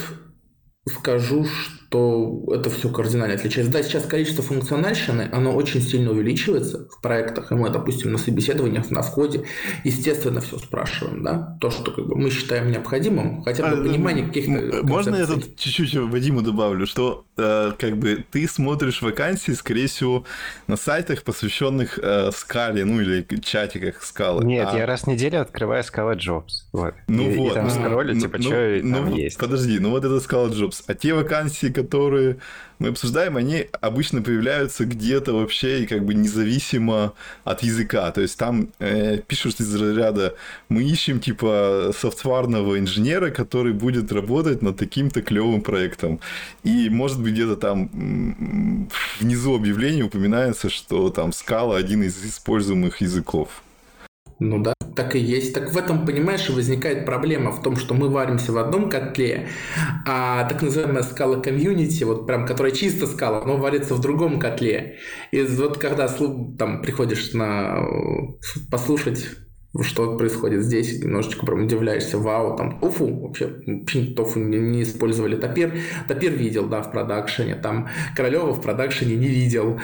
скажу, что это все кардинально отличается. Да, сейчас количество функциональщины, оно очень сильно увеличивается в проектах, и мы, допустим, на собеседованиях, на входе, естественно, все спрашиваем, да, то, что как бы, мы считаем необходимым, хотя бы а, понимание каких-то Можно концепций. Я тут чуть-чуть Вадиму добавлю, что э, как бы ты смотришь вакансии, скорее всего, на сайтах, посвященных э, скале, ну или чатиках скалы. Нет, а... я раз в неделю открываю Scala Jobs, вот, ну и, вот, и там ну, скроллю, ну, типа, ну, что ну, там ну, есть. Подожди, ну вот это Scala Jobs, а те вакансии, которые мы обсуждаем, они обычно появляются где-то вообще и как бы независимо от языка. То есть там э, пишут из разряда: мы ищем типа софтварного инженера, который будет работать над таким-то клевым проектом. И может быть где-то там м- внизу объявления упоминается, что там Scala один из используемых языков. Ну да, так и есть. Так в этом, понимаешь, и возникает проблема в том, что мы варимся в одном котле, а так называемая скала комьюнити, вот прям, которая чисто скала, оно варится в другом котле. И вот когда там приходишь на послушать, что происходит здесь, немножечко прям удивляешься: вау, там тофу, вообще, вообще тофу не, не использовали. Тапир, Тапир видел, да, в продакшене, там Королева в продакшене не видел,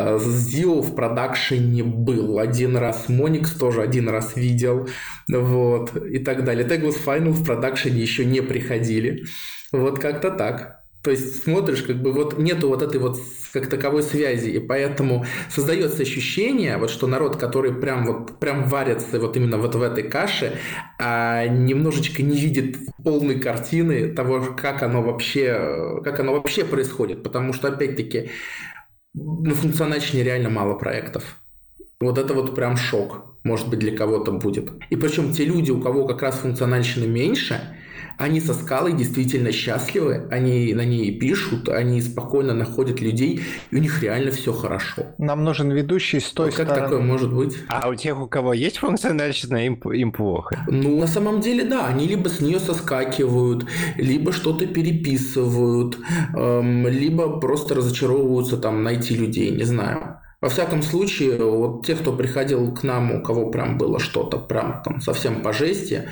Зио в продакшене был один раз, Моникс тоже один раз видел, вот, и так далее. Tagless Final в продакшене еще не приходили. Вот как-то так. То есть смотришь, как бы вот нету вот этой вот как таковой связи, и поэтому создается ощущение, вот что народ, который прям вот прям варится вот именно вот в этой каше, а немножечко не видит полной картины того, как оно вообще, как оно вообще происходит, потому что опять-таки на функциональщине реально мало проектов. Вот это вот прям шок, может быть, для кого-то будет. И причем те люди, у кого как раз функциональщины меньше, они со скалой действительно счастливы, они на ней пишут, они спокойно находят людей, и у них реально все хорошо. Нам нужен ведущий с той вот как стороны. Такое может быть? А у тех, у кого есть функциональщина, им, им плохо. Ну, на самом деле, да, они либо с нее соскакивают, либо что-то переписывают, эм, либо просто разочаровываются там найти людей, не знаю. Во всяком случае, вот те, кто приходил к нам, у кого прям было что-то прям там совсем по жести,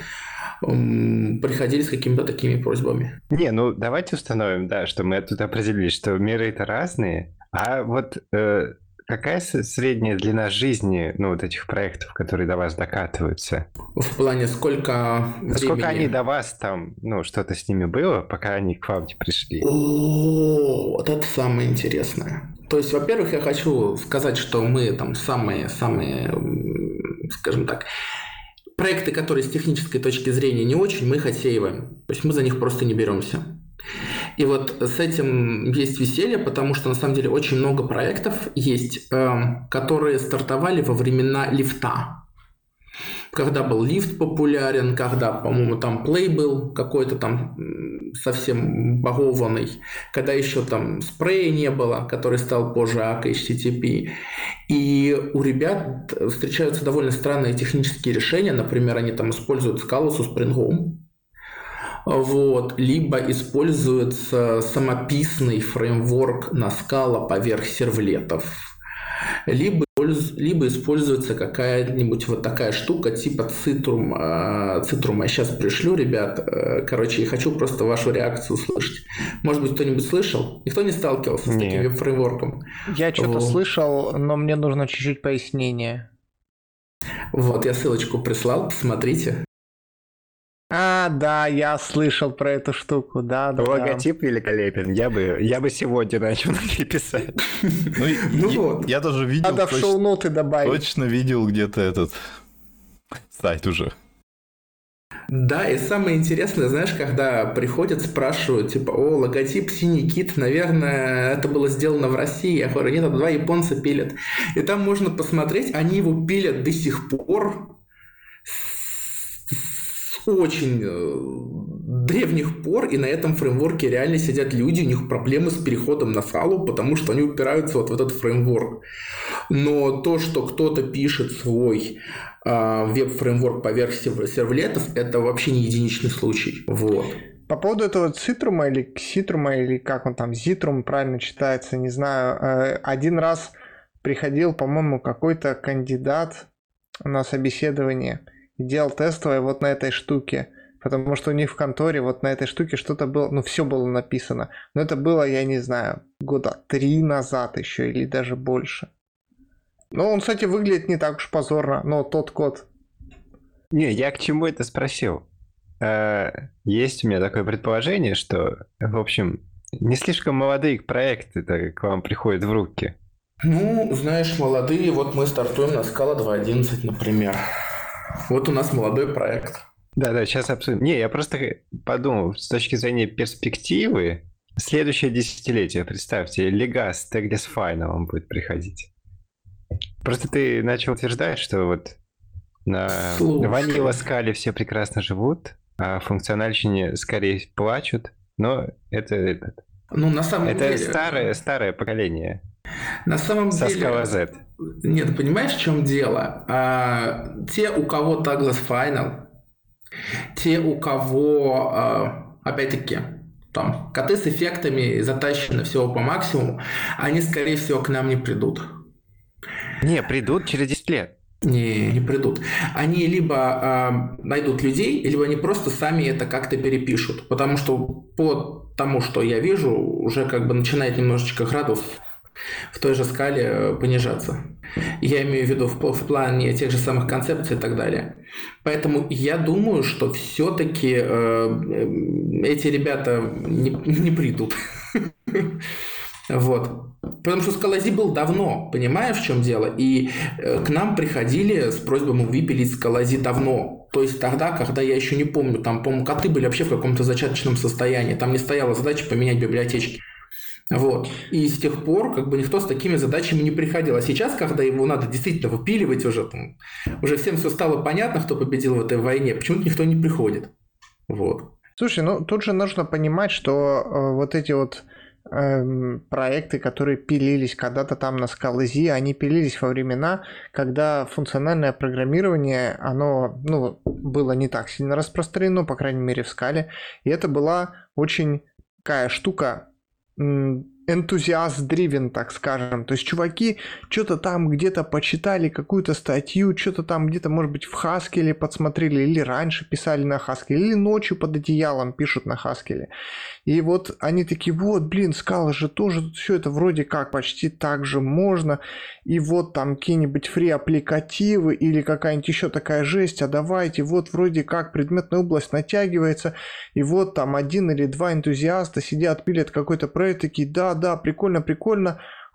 приходили с какими-то такими просьбами. Не, ну давайте установим, да, что мы тут определили, что миры это разные, а вот э, какая средняя длина жизни, ну, вот этих проектов, которые до вас докатываются? В плане сколько времени? Сколько они до вас там, ну, что-то с ними было, пока они к вам не пришли? О, вот это самое интересное. То есть, во-первых, я хочу сказать, что мы там самые-самые, скажем так, проекты, которые с технической точки зрения не очень, мы их отсеиваем. То есть мы за них просто не беремся. И вот с этим есть веселье, потому что на самом деле очень много проектов есть, эм, которые стартовали во времена лифта. Когда был лифт популярен, когда, по-моему, там Play был какой-то там совсем багованный, когда еще там спрея не было, который стал позже эй си эй эйч ти ти пи. И у ребят встречаются довольно странные технические решения, например, они там используют Scala со Spring. Вот. Либо используется самописный фреймворк на Scala поверх сервлетов. Либо, либо используется какая-нибудь вот такая штука типа Citrum. Citrum я сейчас пришлю, ребят. Короче, я хочу просто вашу реакцию услышать. Может быть, кто-нибудь слышал? Никто не сталкивался с таким веб-фреймворком? Я что-то вот. слышал, но мне нужно чуть-чуть пояснения. Вот, я ссылочку прислал, посмотрите. А, да, я слышал про эту штуку, да, да. Логотип да. великолепен. Я бы, я бы сегодня начал писать. Ну вот. Я даже видел. Надо в шоу-ноты добавить. Точно видел где-то этот сайт уже. Да, и самое интересное, знаешь, когда приходят, спрашивают, типа, о, логотип синий кит, наверное, это было сделано в России. Я говорю, нет, это два японца пилят. И там можно посмотреть, они его пилят до сих пор. Очень древних пор, и на этом фреймворке реально сидят люди, у них проблемы с переходом на Scala, потому что они упираются вот в этот фреймворк. Но то, что кто-то пишет свой э, веб-фреймворк поверх сервлетов, это вообще не единичный случай. Вот. По поводу этого Citrum или Citrum, или как он там, Zitrum правильно читается, не знаю. Один раз приходил, по-моему, какой-то кандидат на собеседование, делал тестовое вот на этой штуке, потому что у них в конторе вот на этой штуке что-то было, ну все было написано, но это было, я не знаю, года три назад еще или даже больше. Но он, кстати, выглядит не так уж позорно, но тот код. Не, я к чему это спросил? Есть у меня такое предположение, что, в общем, не слишком молодые проекты к вам приходят в руки. Ну, знаешь, молодые, вот мы стартуем на Scala два точка одиннадцать, например. Вот у нас молодой проект. Да-да, сейчас обсудим. Не, я просто подумал, с точки зрения перспективы, следующее десятилетие, представьте, Legas, Tagless Final он будет приходить. Просто ты начал утверждать, что вот на Vanilla Scala все прекрасно живут, а функциональщине скорее плачут, но это... это ну, на самом это деле... старое, старое поколение. На самом Со деле... Scala Z. Нет, понимаешь, в чем дело? А, те, у кого Tagless Final, те, у кого, а, опять-таки, там, коты с эффектами затащены всего по максимуму, они, скорее всего, к нам не придут. Не, придут через десять лет. Не, не придут. Они либо а, найдут людей, либо они просто сами это как-то перепишут. Потому что по тому, что я вижу, уже как бы начинает немножечко градус в той же скале понижаться. Я имею в виду в, в плане тех же самых концепций и так далее. Поэтому я думаю, что все-таки э, эти ребята не, не придут. Вот. Потому что Scala Z был давно, понимаешь, в чем дело? И э, к нам приходили с просьбой выпилить Scala Z давно. То есть тогда, когда я еще не помню, там, по-моему, коты были вообще в каком-то зачаточном состоянии. Там не стояла задача поменять библиотечки. Вот. И с тех пор как бы никто с такими задачами не приходил. А сейчас, когда его надо действительно выпиливать уже, там, уже всем все стало понятно, кто победил в этой войне, почему-то никто не приходит. Вот. Слушай, ну тут же нужно понимать, что э, вот эти вот э, проекты, которые пилились когда-то там на Scala Z, они пилились во времена, когда функциональное программирование, оно ну, было не так сильно распространено, по крайней мере в Scala. И это была очень такая штука, энтузиаст-дривен, так скажем. То есть чуваки что-то там где-то почитали, какую-то статью, что-то там где-то, может быть, в Haskell подсмотрели, или раньше писали на Haskell, или ночью под одеялом пишут на Haskell. И вот они такие, вот, блин, Scala же тоже, все это вроде как почти так же можно, и вот там какие-нибудь фри-аппликативы или какая-нибудь еще такая жесть, а давайте, вот вроде как предметная область натягивается, и вот там один или два энтузиаста сидят, пилят какой-то проект, такие, да, да, прикольно, прикольно,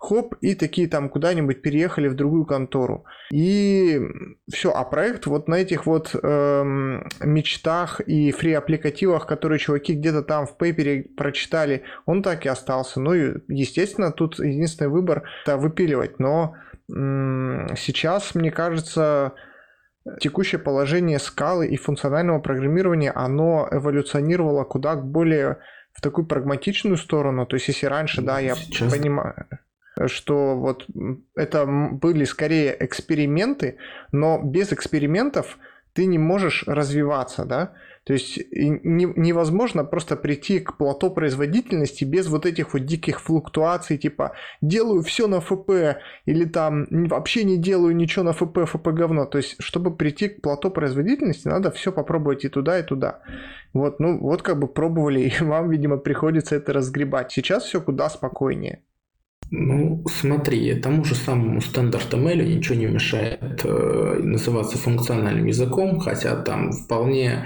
хоп, и такие там куда-нибудь переехали в другую контору. И все, а проект вот на этих вот эм, мечтах и фри-аппликативах, которые чуваки где-то там в пейпере прочитали, он так и остался. Ну и, естественно, тут единственный выбор – это выпиливать. Но м- сейчас, мне кажется, текущее положение скалы и функционального программирования, оно эволюционировало куда более в такую прагматичную сторону. То есть, если раньше, да, я Сейчас... понимаю, что вот это были скорее эксперименты, но без экспериментов ты не можешь развиваться, да? То есть не, невозможно просто прийти к плато производительности без вот этих вот диких флуктуаций, типа делаю все на эф пи или там вообще не делаю ничего на эф пи, эф пи говно. То есть чтобы прийти к плато производительности, надо все попробовать и туда, и туда. Вот, ну вот как бы пробовали, и вам, видимо, приходится это разгребать. Сейчас все куда спокойнее. Ну, смотри, тому же самому стандарт эм эл ничего не мешает э, называться функциональным языком, хотя там вполне,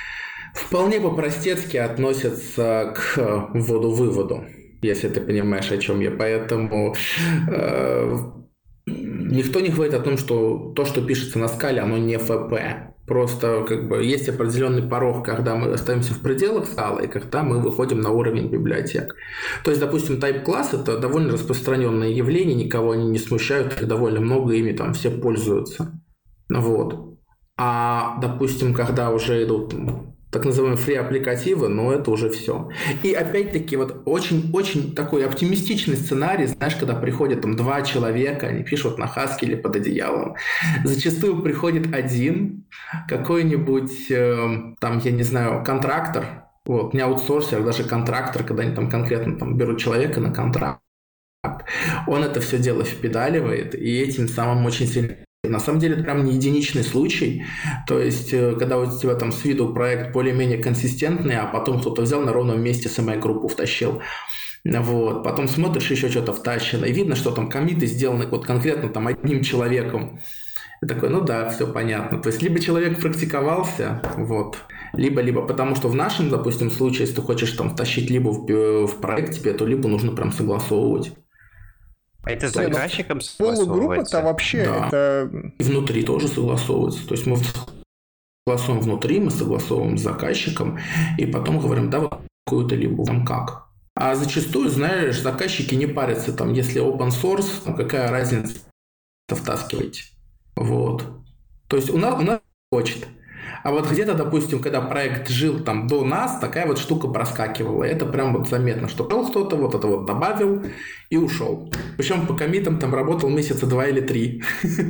вполне по-простецки относятся к вводу-выводу, если ты понимаешь, о чем я. Поэтому э, никто не говорит о том, что то, что пишется на скале, оно не эф пи. Просто как бы есть определенный порог, когда мы остаемся в пределах скалы, и когда мы выходим на уровень библиотек. То есть, допустим, type-класс – это довольно распространенное явление, никого они не смущают, их довольно много, ими там все пользуются. Вот. А, допустим, когда уже идут так называемые фри-аппликативы, но это уже все. И опять-таки вот очень-очень такой оптимистичный сценарий, знаешь, когда приходят там два человека, они пишут на Haskell или под одеялом. Зачастую приходит один, какой-нибудь э, там, я не знаю, контрактор, вот, не аутсорсер, даже контрактор, когда они там конкретно там берут человека на контракт. Он это все дело впедаливает, и этим самым очень сильно. На самом деле это прям не единичный случай, то есть когда у тебя там с виду проект более-менее консистентный, а потом кто-то взял на ровном месте эс эм ай-группу втащил, вот, потом смотришь, еще что-то втащено, и видно, что там коммиты сделаны вот конкретно там одним человеком, и такой, ну да, все понятно, то есть либо человек практиковался, вот, либо-либо, потому что в нашем, допустим, случае, если ты хочешь там втащить либо в, в проект тебе, то либо нужно прям согласовывать. А это с заказчиком полугруппа-то вообще да. это... И внутри тоже согласовывается. То есть мы согласуем внутри, мы согласовываем с заказчиком, и потом говорим, да, вот какую-то либо там как. А зачастую, знаешь, заказчики не парятся, там, если open source, там, какая разница втаскиваете. Вот. То есть у нас, у нас хочет. А вот где-то, допустим, когда проект жил там до нас, такая вот штука проскакивала. И это прям вот заметно, что кто-то вот это вот добавил и ушел. Причем по коммитам там работал месяца два или три.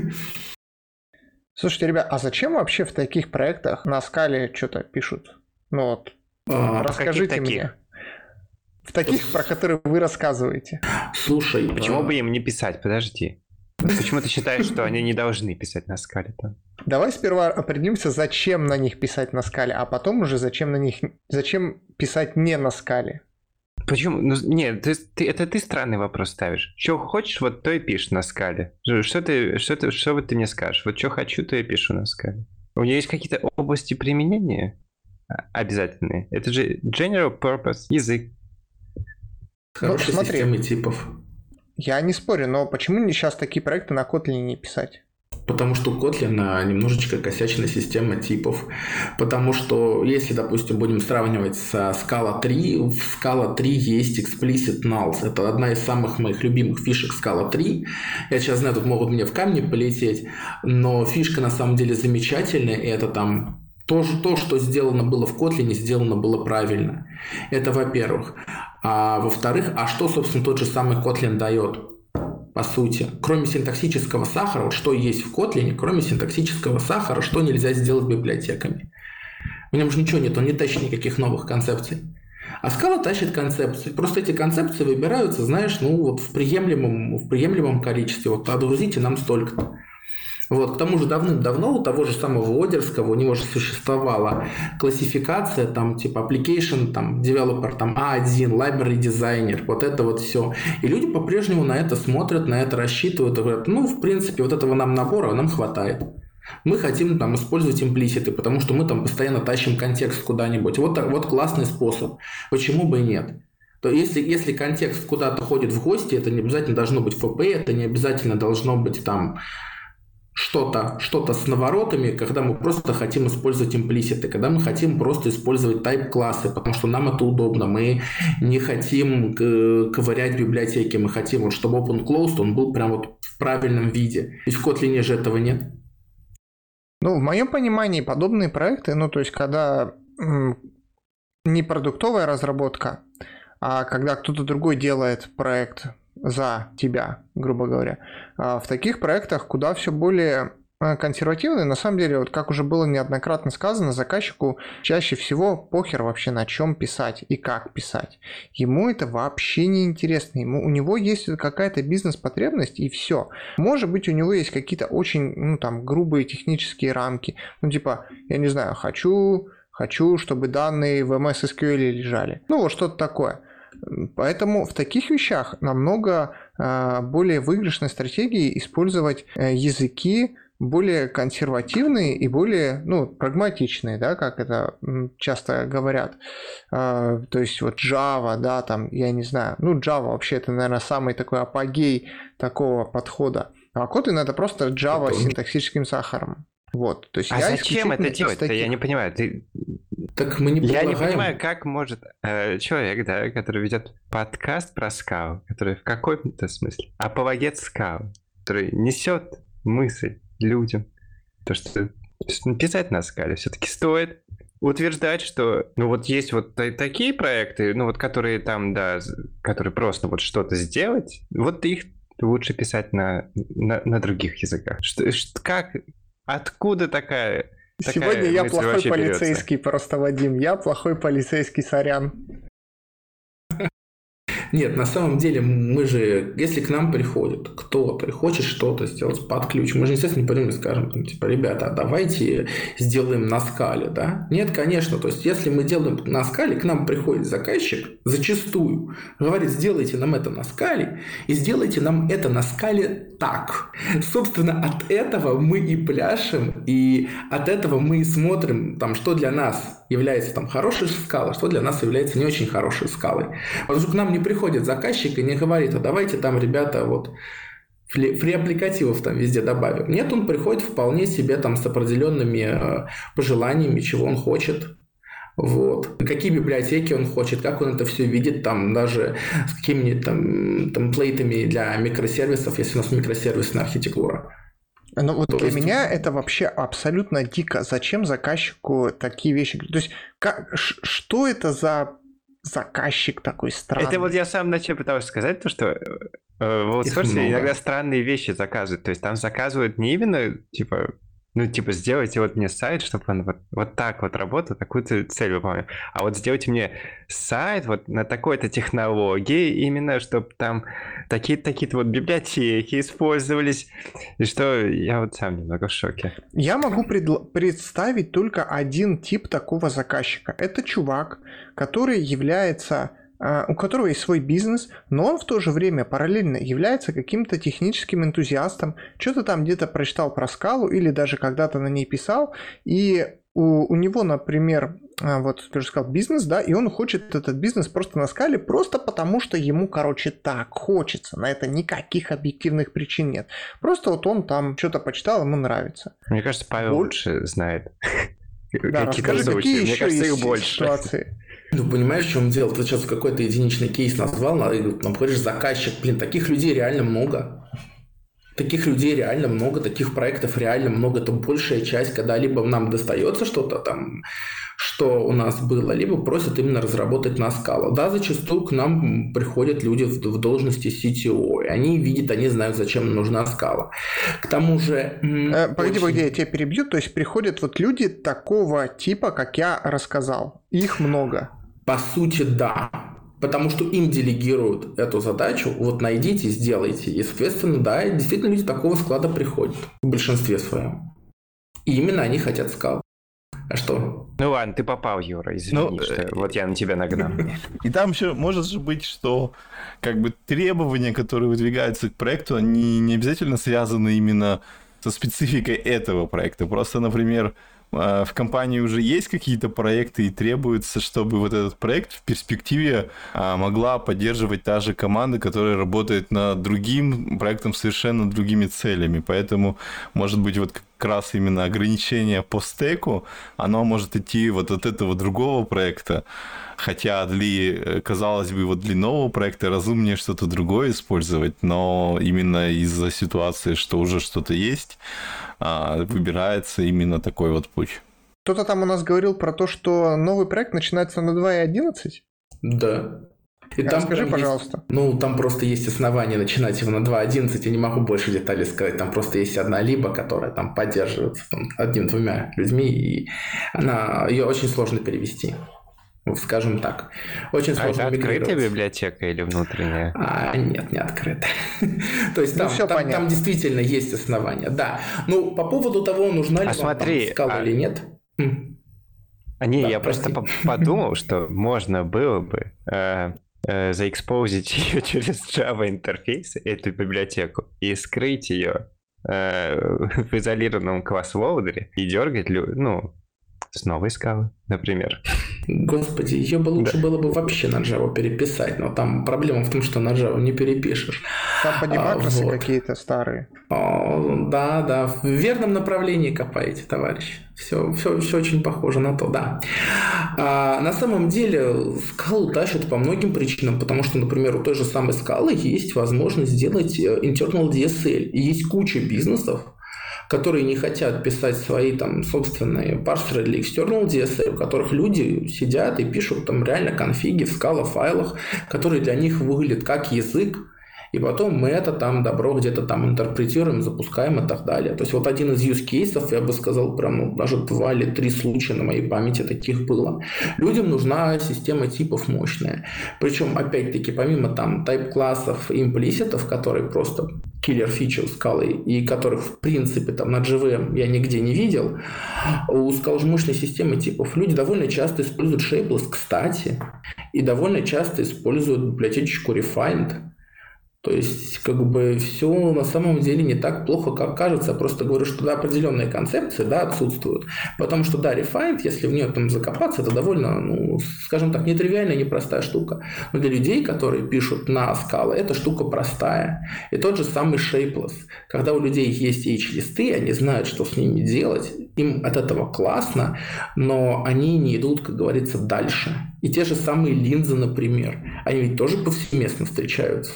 Слушайте, ребят, а зачем вообще в таких проектах на скале что-то пишут? Ну вот, а, расскажите мне. В таких, про которые вы рассказываете. Слушай, почему а... бы им не писать? Подожди. Почему ты считаешь, что они не должны писать на скале-то? Давай сперва определимся, зачем на них писать на скале, а потом уже зачем на них, зачем писать не на скале. Почему? Ну, нет, ты, ты, это ты странный вопрос ставишь. Что хочешь, вот то и пишешь на скале. Что ты, что ты, что вот ты мне скажешь? Вот что хочу, то и пишу на скале. У нее есть какие-то области применения обязательные. Это же general purpose язык. Хорошая ну, система типов. Я не спорю, но почему мне сейчас такие проекты на Kotlin не писать? Потому что Kotlin немножечко косячная система типов. Потому что, если, допустим, будем сравнивать со Scala три, в Scala три есть explicit nulls. Это одна из самых моих любимых фишек Scala три. Я сейчас знаю, тут могут мне в камни полететь, но фишка на самом деле замечательная, и это там... То, то, что сделано было в Kotlin, сделано было правильно. Это во-первых. А во-вторых, а что, собственно, тот же самый Kotlin дает, по сути? Кроме синтаксического сахара, вот что есть в Kotlin, кроме синтаксического сахара, что нельзя сделать библиотеками? В нем же ничего нет, он не тащит никаких новых концепций. А Scala тащит концепции. Просто эти концепции выбираются, знаешь, ну вот в приемлемом, в приемлемом количестве. Вот отгрузите нам столько-то. Вот, к тому же давным-давно у того же самого Одерского у него же существовала классификация, там, типа, application, там, developer, там, а один, library designer, вот это вот все. И люди по-прежнему на это смотрят, на это рассчитывают и говорят, ну, в принципе, вот этого нам набора нам хватает. Мы хотим там использовать имплиситы, потому что мы там постоянно тащим контекст куда-нибудь. Вот, вот классный способ. Почему бы и нет? То Если, если контекст куда-то ходит в гости, это не обязательно должно быть эф пи, это не обязательно должно быть там что-то, что-то с наворотами, когда мы просто хотим использовать имплиситы, когда мы хотим просто использовать тайп-классы, потому что нам это удобно, мы не хотим ковырять библиотеки, мы хотим, вот, чтобы open-closed он был прям вот в правильном виде. Ведь в Kotlin же этого нет. Ну, в моем понимании подобные проекты, ну, то есть, когда м, не продуктовая разработка, а когда кто-то другой делает проект за тебя, грубо говоря. В таких проектах куда все более консервативные. На самом деле, вот как уже было неоднократно сказано, заказчику чаще всего похер вообще на чем писать и как писать. Ему это вообще не интересно. Ему, у него есть какая-то бизнес-потребность и все. Может быть, у него есть какие-то очень, ну, там, грубые технические рамки. Ну, типа, я не знаю, хочу, хочу, чтобы данные в эм эс эс кью эль лежали. Ну, вот что-то такое. Поэтому в таких вещах намного э, более выигрышной стратегией использовать э, языки более консервативные и более, ну, прагматичные, да, как это часто говорят. Э, то есть вот Java, да, там, я не знаю, ну, Java вообще это, наверное, самый такой апогей такого подхода. А Kotlin это просто Java с синтаксическим сахаром. Вот, то есть а я зачем это делать? таких... Я не понимаю. Ты... Так мы не Я предлагаем... не понимаю, как может э, человек, да, который ведет подкаст про скал, который в каком-то смысле апологет скал, который несет мысль людям, то, что писать на скале все-таки стоит, утверждать, что, ну, вот есть вот такие проекты, ну, вот которые там, да, которые просто вот что-то сделать, вот их лучше писать на, на, на других языках. Что, что, как... Откуда такая... Сегодня такая я мысль плохой вообще полицейский, берется? просто, Вадим. Я плохой полицейский, сорян. Нет, на самом деле мы же, если к нам приходит кто-то и хочет что-то сделать под ключ, мы же, естественно, не пойдем и скажем, там, типа, ребята, а давайте сделаем на скале, да? Нет, конечно, то есть если мы делаем на скале, к нам приходит заказчик, зачастую говорит, сделайте нам это на скале, и сделайте нам это на скале так. Собственно, от этого мы и пляшем, и от этого мы и смотрим, там, что для нас является там хорошей скалой, что для нас является не очень хорошей скалой. Потому что к нам не приходит заказчик и не говорит, а давайте там, ребята, вот фри-аппликативов там везде добавим. Нет, он приходит вполне себе там с определенными э, пожеланиями, чего он хочет. Вот. Какие библиотеки он хочет, как он это все видит, там даже с какими-нибудь там темплейтами для микросервисов, если у нас микросервисная архитектура. Ну вот То для есть... меня это вообще абсолютно дико. Зачем заказчику такие вещи? То есть как, ш, что это за заказчик такой странный? Это вот я сам начал пытался сказать, то, что э, в аутсорсе иногда странные вещи заказывают. То есть там заказывают не именно, типа, ну, типа, сделайте вот мне сайт, чтобы он вот, вот так вот работал, такую-то цель выполнял. А вот сделайте мне сайт вот на такой-то технологии, именно, чтобы там такие-то такие-то вот библиотеки использовались. И что я вот сам немного в шоке. Я могу предл- представить только один тип такого заказчика. Это чувак, который является... у которого есть свой бизнес, но он в то же время параллельно является каким-то техническим энтузиастом, что-то там где-то прочитал про скалу или даже когда-то на ней писал, и у, у него, например, вот ты уже сказал бизнес, да, и он хочет этот бизнес просто на скале, просто потому что ему, короче, так хочется, на это никаких объективных причин нет. Просто вот он там что-то почитал, ему нравится. Мне кажется, Павел Боль... лучше знает. Да, расскажи, какие еще есть ситуации? Ну, понимаешь, в чем дело? Ты сейчас какой-то единичный кейс назвал, нам говоришь, заказчик. Блин, таких людей реально много. Таких людей реально много, таких проектов реально много. Это большая часть, когда либо нам достается что-то там, что у нас было, либо просят именно разработать на скалу. Да, зачастую к нам приходят люди в, в должности си ти о, и они видят, они знают, зачем нужна скала. К тому же... Э, погоди, очень... погоди, я тебя перебью. То есть приходят вот люди такого типа, как я рассказал. Их много. По сути, да. Потому что им делегируют эту задачу. Вот найдите, сделайте. И, соответственно, да, действительно люди такого склада приходят. В большинстве своем. И именно они хотят скал. А что? Ну ладно, ты попал, Юра, извини, Ну, что вот я на тебя нагнал. И там еще может же быть, что как бы требования, которые выдвигаются к проекту, они не обязательно связаны именно со спецификой этого проекта. Просто, например, в компании уже есть какие-то проекты и требуется, чтобы вот этот проект в перспективе могла поддерживать та же команда, которая работает над другим проектом с совершенно другими целями. Поэтому, может быть, вот как раз именно ограничение по стеку, оно может идти вот от этого другого проекта. Хотя, для, казалось бы, вот для нового проекта разумнее что-то другое использовать, но именно из-за ситуации, что уже что-то есть, выбирается именно такой вот путь. Кто-то там у нас говорил про то, что новый проект начинается на два точка одиннадцать. Да. И а там скажи, есть, пожалуйста. Ну, там просто есть основания начинать его на два точка одиннадцать. Я не могу больше деталей сказать. Там просто есть одна либо, которая там поддерживается там, одним-двумя людьми, и она, ее очень сложно перевести. Скажем так. Очень а сложно это мигрировать. Открытая библиотека или внутренняя? А, нет, не открытая. То есть ну, там, все там, там действительно есть основания. Да. Ну, по поводу того, нужна ли а вам смотри, там скала а... или нет. А не, Да, я прости. просто подумал, что можно было бы э, э, заэкспозить ее через Java интерфейс, эту библиотеку, и скрыть ее э, в изолированном класс-лоудере и дергать, ну, с новой скалы, например. Господи, ее бы лучше да. было бы вообще на Java переписать, но там проблема в том, что на Java не перепишешь. Там подебакерсы а, вот. какие-то старые. О, да, да, в верном направлении копаете, товарищ. Все, все, все очень похоже на то, да. А, на самом деле скалу тащат по многим причинам, потому что, например, у той же самой скалы есть возможность сделать internal ди эс эл. И есть куча бизнесов, которые не хотят писать свои там собственные парсеры для external ди эс эл, у которых люди сидят и пишут там реально конфиги в Scala файлах, которые для них выглядят как язык, и потом мы это там добро где-то там интерпретируем, запускаем и так далее. То есть вот один из use cases, я бы сказал, прям ну, даже два или три случая на моей памяти таких было. Людям нужна система типов мощная. Причем, опять-таки, помимо там type-классов и имплиситов, которые просто killer feature скалы, и которых, в принципе, там на джи ви эм я нигде не видел, у скал мощной системы типов люди довольно часто используют Shapeless, кстати, и довольно часто используют библиотечку Refined. То есть, как бы, все на самом деле не так плохо, как кажется. Я просто говорю, что да, определенные концепции, да, отсутствуют. Потому что, да, Refined, если в нее там закопаться, это довольно, ну, скажем так, нетривиальная, непростая штука. Но для людей, которые пишут на Scala, эта штука простая. И тот же самый Shapeless. Когда у людей есть H-листы, они знают, что с ними делать, им от этого классно, но они не идут, как говорится, дальше. И те же самые линзы, например, они ведь тоже повсеместно встречаются.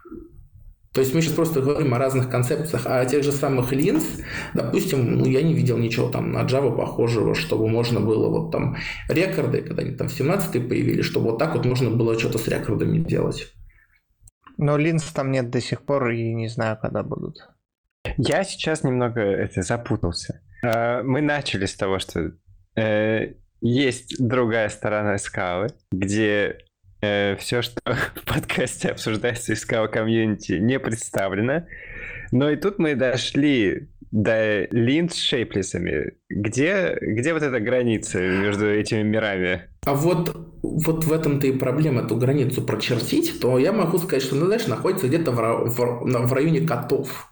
То есть мы сейчас просто говорим о разных концепциях, а о тех же самых линз, допустим, ну, я не видел ничего там на Java похожего, чтобы можно было вот там рекорды, когда они там в семнадцатой появились, чтобы вот так вот можно было что-то с рекордами делать. Но линз там нет до сих пор и не знаю, когда будут. Я сейчас немного это, запутался. Мы начали с того, что э, есть другая сторона скалы, где э, все, что в подкасте обсуждается из Scala комьюнити, не представлено. Но и тут мы дошли до линз с шейплесами. Где, где вот эта граница между этими мирами? А вот, вот в этом-то и проблема, эту границу прочертить, то я могу сказать, что она, знаешь, находится где-то в, в, в районе котов.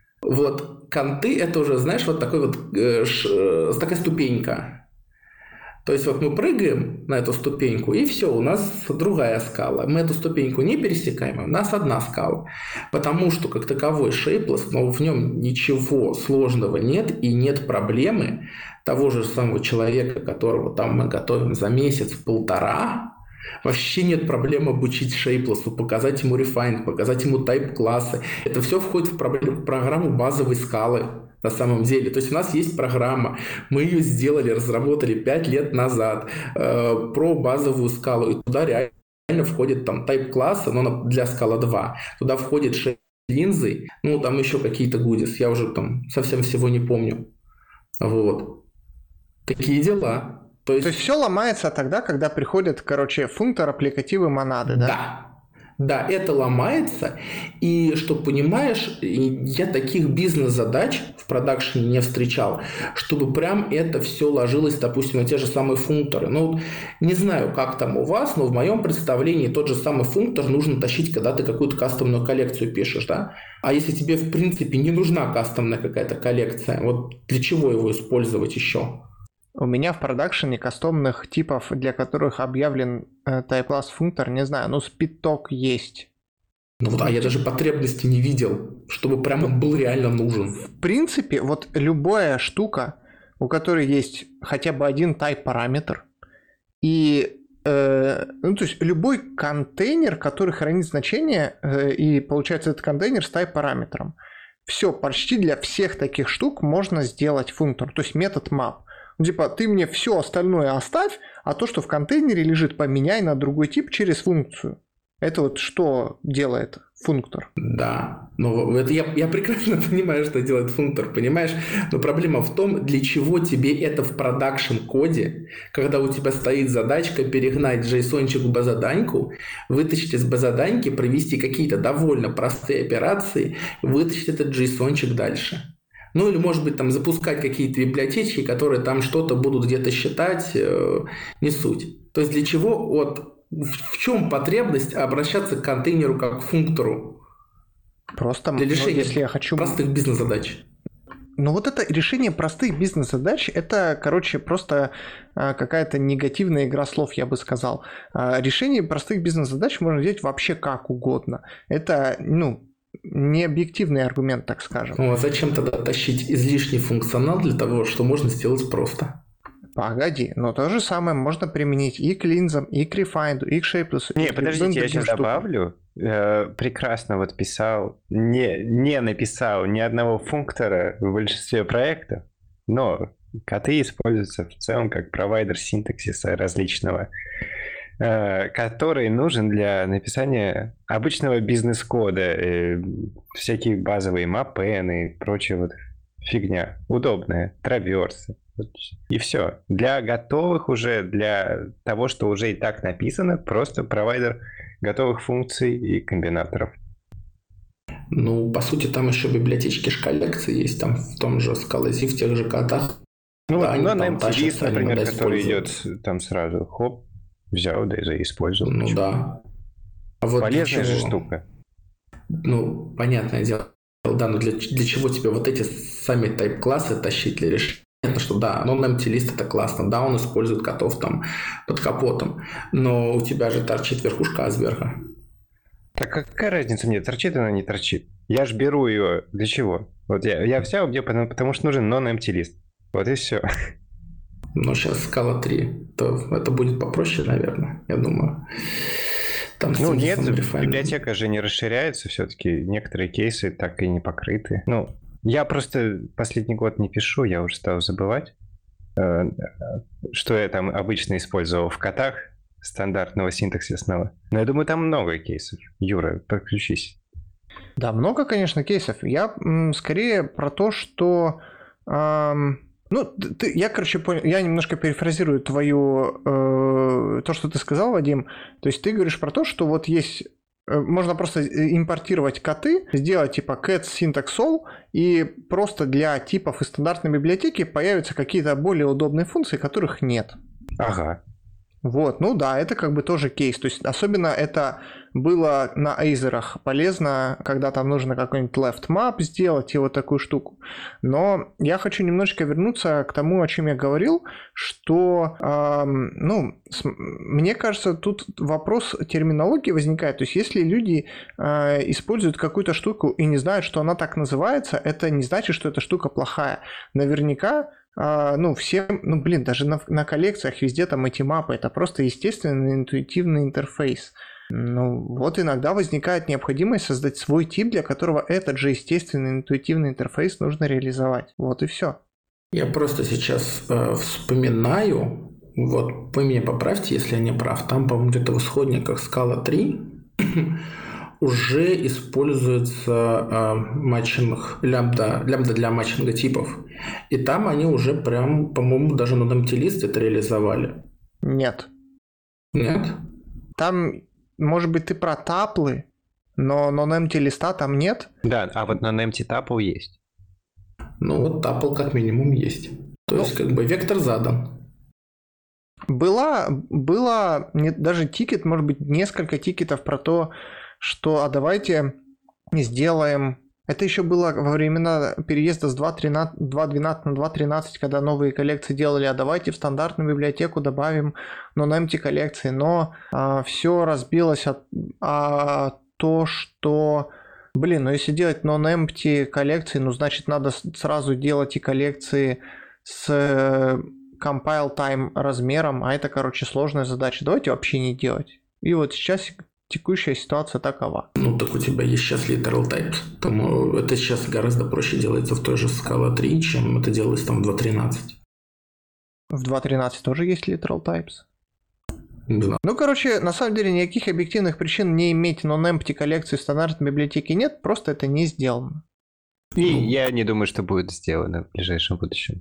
Вот конты — это уже, знаешь, вот такой вот э, ш, такая ступенька. То есть вот мы прыгаем на эту ступеньку, и все, у нас другая скала. Мы эту ступеньку не пересекаем, у нас одна скала. Потому что как таковой Shapeless, но в нем ничего сложного нет, и нет проблемы того же самого человека, которого там мы готовим за месяц-полтора. Вообще нет проблем обучить Shapeless, показать ему Refined, показать ему type-классы. Это все входит в программу базовой скалы на самом деле. То есть у нас есть программа, мы ее сделали, разработали пять лет назад э, про базовую скалу. И туда реально входит там type-классы, но для Scala два. Туда входит шесть линзы, ну там еще какие-то гудис. Я уже там совсем всего не помню. Вот. Такие дела. То есть... То есть все ломается тогда, когда приходят, короче, функтор, аппликативы, монады, да? Да. Да, это ломается, и, что понимаешь, я таких бизнес-задач в продакшене не встречал, чтобы прям это все ложилось, допустим, на те же самые функторы. Ну, не знаю, как там у вас, но в моем представлении тот же самый функтор нужно тащить, когда ты какую-то кастомную коллекцию пишешь, да? А если тебе, в принципе, не нужна кастомная какая-то коллекция, вот для чего его использовать еще? У меня в продакшене кастомных типов, для которых объявлен э, type-class функтор, не знаю, ну, спиток есть. Ну вот, а я даже потребности не видел, чтобы прям он был реально нужен. В принципе, вот любая штука, у которой есть хотя бы один type-параметр, и, э, ну, то есть любой контейнер, который хранит значение, э, и получается этот контейнер с type-параметром. Все, почти для всех таких штук можно сделать функтор, то есть метод map. Ну, типа, ты мне все остальное оставь, а то, что в контейнере лежит, поменяй на другой тип через функцию. Это вот что делает функтор? Да, но это я, я прекрасно понимаю, что делает функтор, понимаешь? Но проблема в том, для чего тебе это в продакшн-коде, когда у тебя стоит задачка перегнать джейсончик в базаданьку, вытащить из базаданьки, провести какие-то довольно простые операции, вытащить этот джейсончик дальше. Ну или, может быть, там запускать какие-то библиотечки, которые там что-то будут где-то считать, э, не суть. То есть для чего вот... В чем потребность обращаться к контейнеру как к функтору? Просто, для решения ну, если я хочу... простых бизнес-задач. Ну вот это решение простых бизнес-задач, это, короче, просто а, какая-то негативная игра слов, я бы сказал. А, решение простых бизнес-задач можно делать вообще как угодно. Это, ну, не объективный аргумент, так скажем. Ну, а зачем тогда тащить излишний функционал для того, что можно сделать просто? Погоди, но то же самое можно применить и к линзам, и к Refind, и к Shapeless. Не, подождите, я сейчас штукам. добавлю. Э, прекрасно вот писал, не, не написал ни одного функтора в большинстве проектов, но коты используются в целом как провайдер синтаксиса различного, э, который нужен для написания обычного бизнес-кода, э, всякие базовые маппены и прочая вот фигня. Удобная, траверсы. И все. Для готовых уже, для того, что уже и так написано, просто провайдер готовых функций и комбинаторов. Ну, по сути, там еще библиотечки коллекции есть, там в том же ScalaZip, в тех же котах. Ну, да, но на эм ти лист, например, который идет там сразу, хоп, взял, да и использовал. Ну почему? да. А вот полезная же штука. Ну, понятное дело, да, но для, для чего тебе вот эти сами тайп-классы тащить для решения? Понятно, что да, но на эм ти лист это классно, да, он использует котов там под капотом, но у тебя же торчит верхушка айсберга. Так какая разница мне, торчит она, не торчит? Я же беру ее для чего? Вот я, я взял где, потому, потому что нужен non-эм ти лист. Вот и все. Но сейчас скала три, то это будет попроще, наверное, я думаю. Там ну нет, библиотека же не расширяется все-таки, некоторые кейсы так и не покрыты. Ну, я просто последний год не пишу, я уже стал забывать, что я там обычно использовал в котах стандартного синтаксисного. Но я думаю, там много кейсов. Юра, подключись. Да, много, конечно, кейсов. Я м, скорее про то, что... Эм, ну, ты, я, короче, понял, я немножко перефразирую твою... Э, то, что ты сказал, Вадим. То есть ты говоришь про то, что вот есть... Можно просто импортировать коты, сделать типа cat syntax all, и просто для типов из стандартной библиотеки появятся какие-то более удобные функции, которых нет. Ага. Вот, ну да, это как бы тоже кейс. То есть особенно это было на эйзерах полезно, когда там нужно какой-нибудь left map сделать и вот такую штуку. Но я хочу немножечко вернуться к тому, о чем я говорил, что, эм, ну, с, мне кажется, тут вопрос терминологии возникает. То есть если люди э, используют какую-то штуку и не знают, что она так называется, это не значит, что эта штука плохая. Наверняка Uh, ну, все, ну, блин, даже на, на коллекциях везде там эти мапы, это просто естественный интуитивный интерфейс. Ну, вот иногда возникает необходимость создать свой тип, для которого этот же естественный интуитивный интерфейс нужно реализовать. Вот и все. Я просто сейчас э, вспоминаю, вот вы меня поправьте, если я не прав, там, по-моему, где-то в исходниках скала три уже используется э, матчинг, лямбда, лямбда для матчинга типов. И там они уже прям, по-моему, даже на non-эм ти лист это реализовали. Нет. Нет? Там, может быть, ты про таплы, но non-эм ти листа там нет? Да, а вот non-эм ти тапл есть. Ну вот тапл как минимум есть. То ну, есть как бы вектор задан. Была, было не, даже тикет, может быть, несколько тикетов про то, что а давайте сделаем Это еще было во времена переезда с два точка двенадцать на два точка тринадцать, когда новые коллекции делали, а давайте в стандартную библиотеку добавим non-empty коллекции, но а, все разбилось от а, то, что, блин, ну если делать non-empty коллекции, ну значит надо сразу делать и коллекции с compile time размером, а это, короче, сложная задача. Давайте вообще не делать. И вот сейчас текущая ситуация такова. Ну, так у тебя есть сейчас literal types. Тому это сейчас гораздо проще делается в той же Scala три, чем это делалось там в два точка тринадцать. В два точка тринадцать тоже есть literal types? Да. Ну, короче, на самом деле никаких объективных причин не иметь non-empty коллекции в стандартной библиотеке нет, просто это не сделано. И ну, я не думаю, что будет сделано в ближайшем будущем.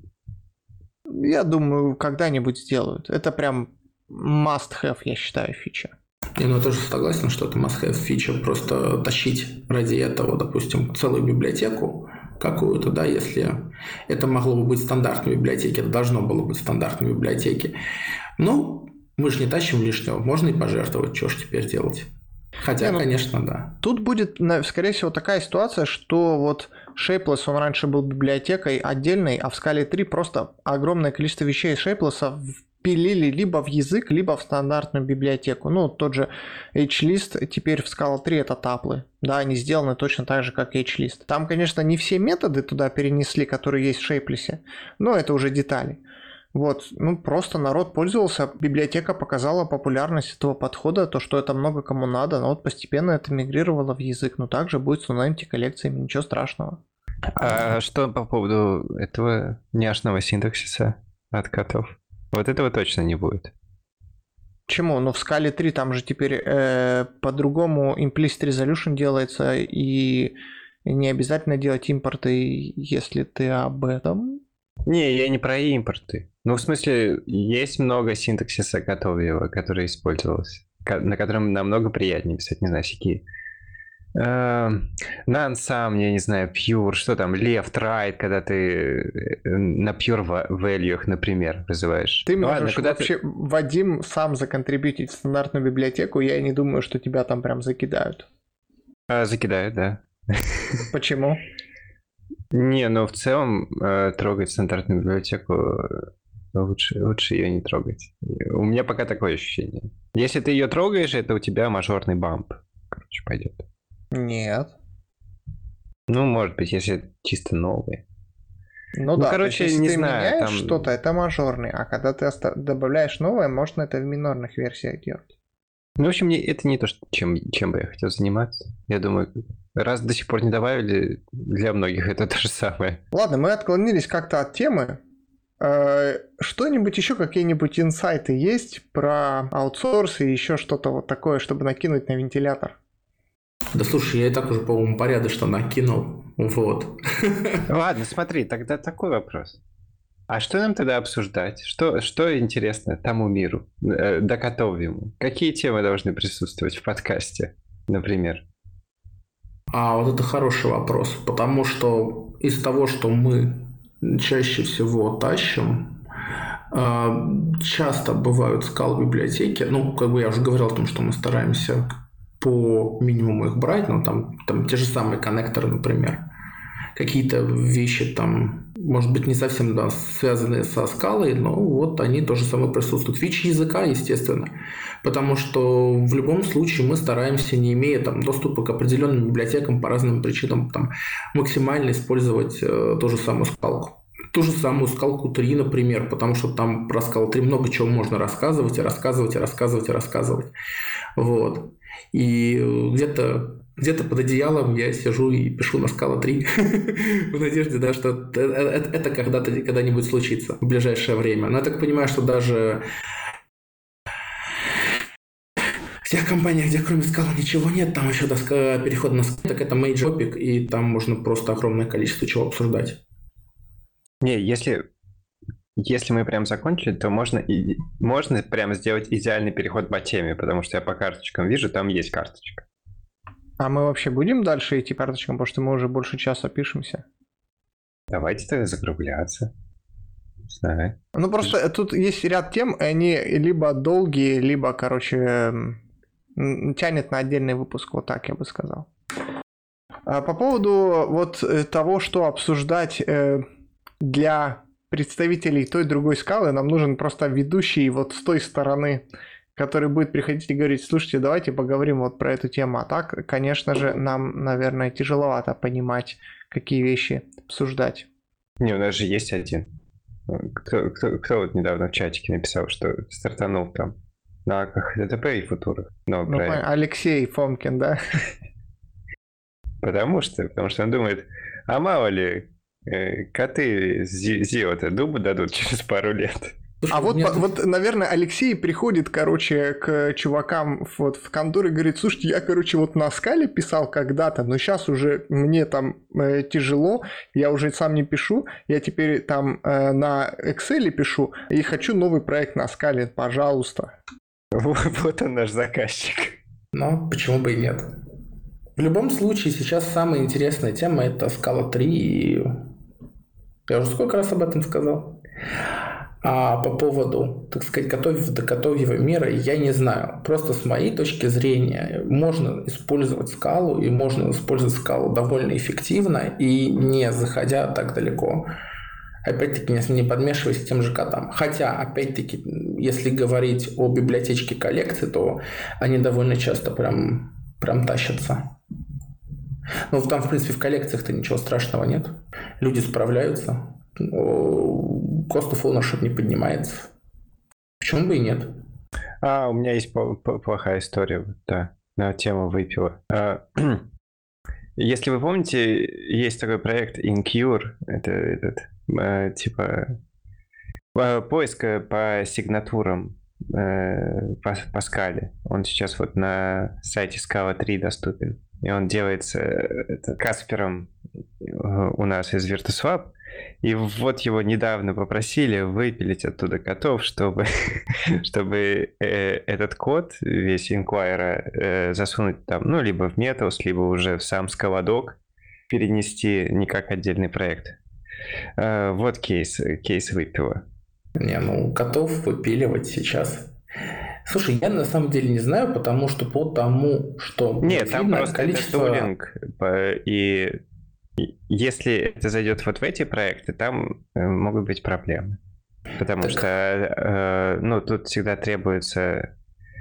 Я думаю, когда-нибудь сделают. Это прям must-have, я считаю, фича. Я ну, тоже согласен, что это must-have фича, просто тащить ради этого, допустим, целую библиотеку какую-то, да, если это могло бы быть стандартной библиотеке, это должно было быть стандартной библиотеке. Ну, мы же не тащим лишнего, можно и пожертвовать, что ж теперь делать. Хотя, не, конечно, ну, да. Тут будет, скорее всего, такая ситуация, что вот Shapeless, он раньше был библиотекой отдельной, а в Scala три просто огромное количество вещей Shapeless пилили либо в язык, либо в стандартную библиотеку. Ну, тот же H-list теперь в Scala три это таплы. Да, они сделаны точно так же, как H-list. Там, конечно, не все методы туда перенесли, которые есть в Shapeless, но это уже детали. Вот, ну просто народ пользовался, библиотека показала популярность этого подхода, то, что это много кому надо, но вот постепенно это мигрировало в язык, но также будет с non-empty коллекциями, ничего страшного. А что по поводу этого няшного синтаксиса от котов? Вот этого точно не будет. Почему? Ну в Scala три там же теперь э, по-другому implicit resolution делается, и не обязательно делать импорты, если ты об этом. Не, я не про импорты. Ну, в смысле, есть много синтаксиса готового, который использовался, на котором намного приятнее писать, не знаю, всякие non-sum, я не знаю, pure, что там, left, right, когда ты на pure value, например, вызываешь. Ты можешь Ладно, куда вообще, ты... Вадим, сам законтрибьютить в стандартную библиотеку, я не думаю, что тебя там прям закидают. А, закидают, да. Почему? Не, ну в целом э, трогать стандартную библиотеку лучше, лучше ее не трогать. У меня пока такое ощущение. Если ты ее трогаешь, это у тебя мажорный бамп, короче, пойдет. Нет. Ну, может быть, если чисто новые. Ну, ну да, короче, есть, если не ты знаю, меняешь там... что-то, это мажорный, а когда ты оста... добавляешь новое, можно это в минорных версиях делать. Ну, в общем, это не то, чем, чем бы я хотел заниматься. Я думаю, раз до сих пор не добавили, для многих это то же самое. Ладно, мы отклонились как-то от темы. Что-нибудь еще, какие-нибудь инсайты есть про аутсорс и еще что-то вот такое, чтобы накинуть на вентилятор? Да слушай, я и так уже, по-моему, порядочно накинул. Вот. Ладно, смотри, тогда такой вопрос. А что нам тогда обсуждать? Что, что интересно тому миру, э, до котов ему? Какие темы должны присутствовать в подкасте, например? А вот это хороший вопрос, потому что из того, что мы чаще всего тащим, э, часто бывают скал-библиотеки. Ну, как бы я уже говорил о том, что мы стараемся по минимуму их брать, но там, там те же самые коннекторы, например. Какие-то вещи там, может быть, не совсем да, связанные со скалой, но вот они тоже самое присутствуют. Фичи языка, естественно. Потому что в любом случае мы стараемся, не имея там, доступа к определенным библиотекам по разным причинам, там, максимально использовать э, ту же самую скалку. Ту же самую скалку три, например, потому что там про скалу три много чего можно рассказывать, и рассказывать, и рассказывать, и рассказывать. Вот. И где-то... Где-то под одеялом я сижу и пишу на Scala три в надежде, да, что это когда-то, когда-нибудь случится в ближайшее время. Но я так понимаю, что даже в тех компаниях, где кроме Scala ничего нет, там еще до перехода на Scala, так это major topic, и там можно просто огромное количество чего обсуждать. Не, если... Если мы прям закончили, то можно, и, можно прям сделать идеальный переход по теме, потому что я по карточкам вижу, там есть карточка. А мы вообще будем дальше идти карточкам, потому что мы уже больше часа пишемся? Давайте тогда закругляться. Не знаю. Ну просто тут есть ряд тем, и они либо долгие, либо, короче, тянет на отдельный выпуск, вот так я бы сказал. А по поводу вот того, что обсуждать для представителей той и другой скалы, нам нужен просто ведущий вот с той стороны, который будет приходить и говорить: слушайте, давайте поговорим вот про эту тему. А так, конечно же, нам, наверное, тяжеловато понимать, какие вещи обсуждать. Не, у нас же есть один. Кто, кто, кто вот недавно в чатике написал, что стартанул там на ДТП и футурах. Ну, Алексей Фомкин, да? Потому что, потому что он думает, а мало ли, э, коты Зио-то дубы дадут через пару лет. А вот, по, вот, наверное, Алексей приходит, короче, к чувакам вот в конторе и говорит: слушайте, я, короче, вот на скале писал когда-то, но сейчас уже мне там э, тяжело, я уже сам не пишу, я теперь там э, на Excel пишу и хочу новый проект на скале, пожалуйста. Вот, вот он наш заказчик. Ну, почему бы и нет? В любом случае, сейчас самая интересная тема – это Scala три, и я уже сколько раз об этом сказал. А по поводу, так сказать, готовь до готовьего мира, я не знаю. Просто с моей точки зрения можно использовать скалу, и можно использовать скалу довольно эффективно, и не заходя так далеко. Опять-таки, не подмешиваясь к тем же котам. Хотя, опять-таки, если говорить о библиотечке коллекции, то они довольно часто прям, прям тащатся. Ну, там, в принципе, в коллекциях-то ничего страшного нет. Люди справляются. Cost of ownership не поднимается. Почему бы и нет? А, у меня есть плохая история, да, на тему выпила. Если вы помните, есть такой проект Incure, это этот, э, типа э, поиск по сигнатурам э, по, по скале. Он сейчас вот на сайте Scala три доступен. И он делается это, Каспером у нас из VirtusLab. И вот его недавно попросили выпилить оттуда котов, чтобы, чтобы э, этот код, весь Inquire, э, засунуть там, ну, либо в Metals, либо уже в сам Scaladoc, перенести не как отдельный проект. Э, вот кейс, кейс выпила. Не, ну, котов выпиливать сейчас... Слушай, я на самом деле не знаю, потому что по тому, что... Нет, там просто количество... это тулинг, и... Если это зайдет вот в эти проекты, там могут быть проблемы. Потому так... что, э, ну, тут всегда требуется,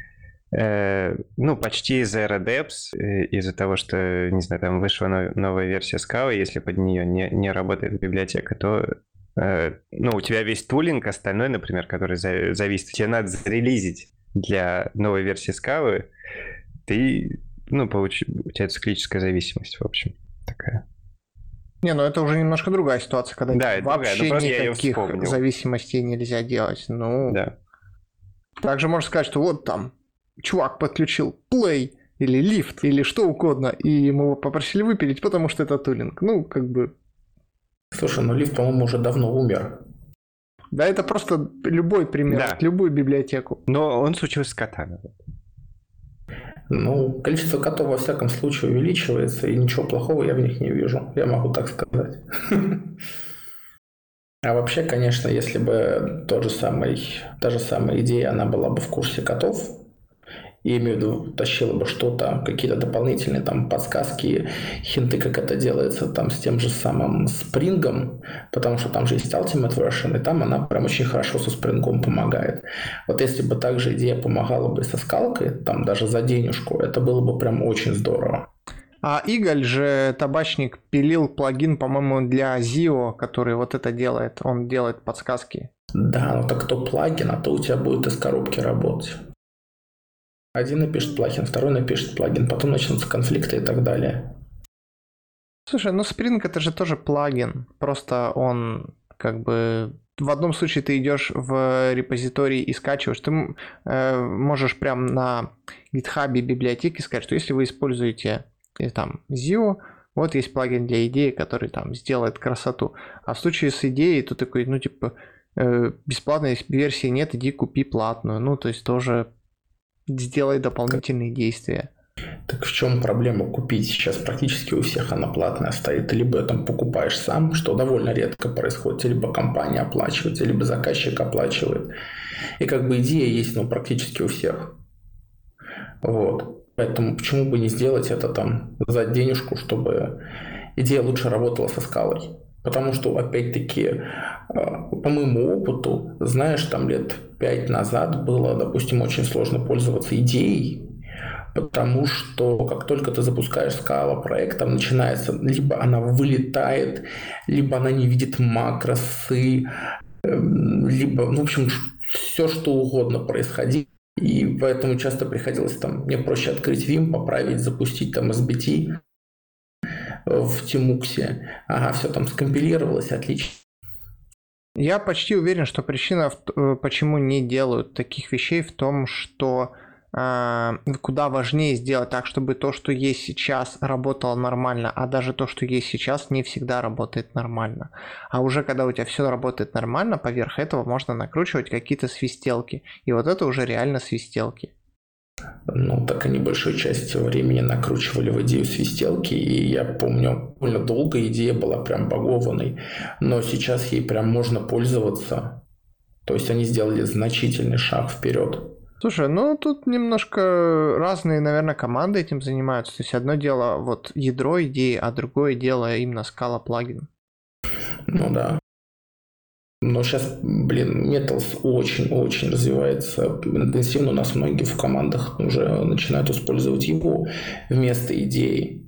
э, ну, почти zero deps из-за того, что, не знаю, там вышла новая версия Scala, если под нее не, не работает библиотека, то, э, ну, у тебя весь тулинг, остальной, например, который за, зависит, тебе надо зарелизить для новой версии Scala, ты, ну, получ... у тебя циклическая зависимость, в общем, такая. Не, ну это уже немножко другая ситуация, когда да, вообще другая, никаких зависимостей нельзя делать. Ну, да. Также можно сказать, что вот там чувак подключил play или lift или что угодно, и ему его попросили выпилить, потому что это тулинг. Ну, как бы... Слушай, ну lift, по-моему, уже давно умер. Да, это просто любой пример, да. любую библиотеку. Но он случился с котами. Ну, количество котов во всяком случае увеличивается, и ничего плохого я в них не вижу, я могу так сказать. А вообще, конечно, если бы тот же самый, та же самая идея, она была бы в курсе котов, я имею в виду, тащила бы что-то, какие-то дополнительные там подсказки, хинты, как это делается там с тем же самым спрингом, потому что там же есть Ultimate Version, и там она прям очень хорошо со спрингом помогает. Вот если бы также идея помогала бы со скалкой, там даже за денежку, это было бы прям очень здорово. А Иголь же, табачник, пилил плагин, по-моему, для Zio, который вот это делает, он делает подсказки. Да, ну так то плагин, а то у тебя будет из коробки работать. Один напишет плагин, второй напишет плагин, потом начнутся конфликты и так далее. Слушай, ну Spring это же тоже плагин, просто он как бы... В одном случае ты идешь в репозиторий и скачиваешь, ты э, можешь прям на GitHub библиотеки сказать, что если вы используете э, там Zio, вот есть плагин для идеи, который там сделает красоту. А в случае с идеей, то такой, ну типа, э, бесплатной версии нет, иди купи платную. Ну, то есть тоже... сделай дополнительные действия. Так в чем проблема купить? Сейчас практически у всех она платная стоит. Ты либо там покупаешь сам, что довольно редко происходит, либо компания оплачивает, либо заказчик оплачивает. И как бы идея есть, ну, практически у всех. Вот. Поэтому почему бы не сделать это там за денежку, чтобы идея лучше работала со скалой. Потому что, опять-таки, по моему опыту, знаешь, там лет пять назад было, допустим, очень сложно пользоваться идеей, потому что как только ты запускаешь скала проект, там начинается, либо она вылетает, либо она не видит макросы, либо, ну, в общем, все что угодно происходит. И поэтому часто приходилось там, мне проще открыть Vim, поправить, запустить там эс би ти в Тимуксе. Ага, все там скомпилировалось, отлично. Я почти уверен, что причина, почему не делают таких вещей, в том, что э, куда важнее сделать так, чтобы то, что есть сейчас, работало нормально, а даже то, что есть сейчас, не всегда работает нормально. А уже когда у тебя все работает нормально, поверх этого можно накручивать какие-то свистелки. И вот это уже реально свистелки. Ну, так они большую часть времени накручивали в идею свистелки, и я помню, довольно долго идея была прям багованной, но сейчас ей прям можно пользоваться. То есть они сделали значительный шаг вперед. Слушай, ну тут немножко разные, наверное, команды этим занимаются. То есть одно дело вот ядро идеи, а другое дело именно скала плагин. Ну да. Но сейчас, блин, Metals очень-очень развивается интенсивно. У нас многие в командах уже начинают использовать его вместо идеи.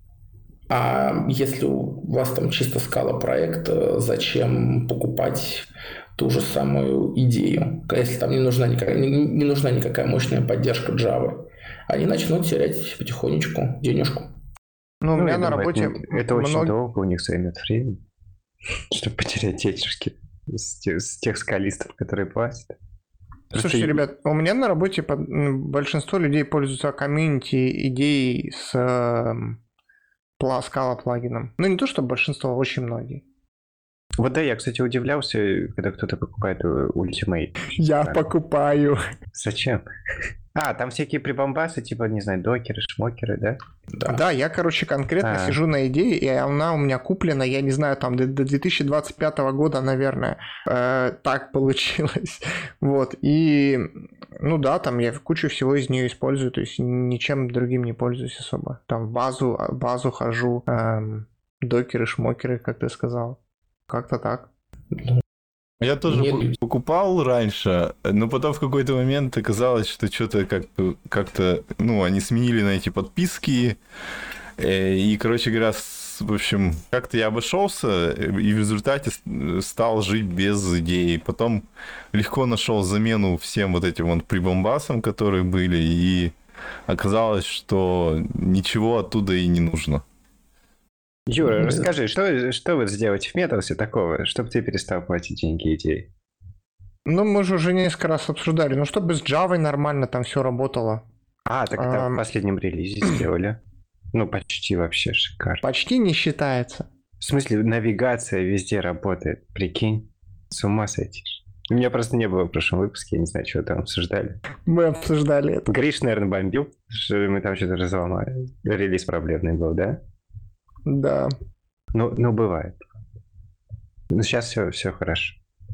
А если у вас там чисто скала проект, зачем покупать ту же самую идею, если там не нужна никакая, не, не нужна никакая мощная поддержка Java? Они начнут терять потихонечку денежку. Ну, у Ну, меня я на думаю, работе... Это, это очень много- долго у них займет времени, чтобы потерять денежки с тех, с тех скалистов, которые платят. Просто Слушайте, и- ребят, у меня на работе под- м, большинство людей пользуются комьюнити идеей с эм, пла- скала плагином. Ну, не то, что большинство, а очень многие. Вот да, я, кстати, удивлялся, когда кто-то покупает э, Ultimate. Я Да. покупаю. Зачем? А, там всякие прибамбасы, типа, не знаю, докеры, шмокеры, да? Да. Да, я, короче, конкретно А. сижу на идее, и она у меня куплена, я не знаю, там до, до две тысячи двадцать пятого года, наверное, э, так получилось. Вот, и, ну да, там я кучу всего из нее использую, то есть ничем другим не пользуюсь особо. Там в базу, базу хожу, эм, докеры, шмокеры, как ты сказал. Как-то так. Я тоже Нет. п- покупал раньше, но потом в какой-то момент оказалось, что что-то как-то, как-то, ну, они сменили на эти подписки, э, и, короче говоря, с- в общем, как-то я обошелся, и в результате с- стал жить без идеи. Потом легко нашел замену всем вот этим вот прибамбасам, которые были, и оказалось, что ничего оттуда и не нужно. Юра, Ну, расскажи, что, что вы сделаете в Металсе такого, чтобы ты перестал платить деньги идеи? Ну, мы же уже несколько раз обсуждали, ну, чтобы с Java нормально там все работало. А, так это Ам. в последнем релизе сделали. Ну, почти вообще шикарно. Почти не считается. В смысле, навигация везде работает, прикинь. С ума сойти. У меня просто не было в прошлом выпуске, я не знаю, что там обсуждали. Мы обсуждали это. Гриш, наверное, бомбил, что мы там что-то разломали. Релиз проблемный был, да? Да. Ну, ну бывает. Ну, сейчас все, все хорошо.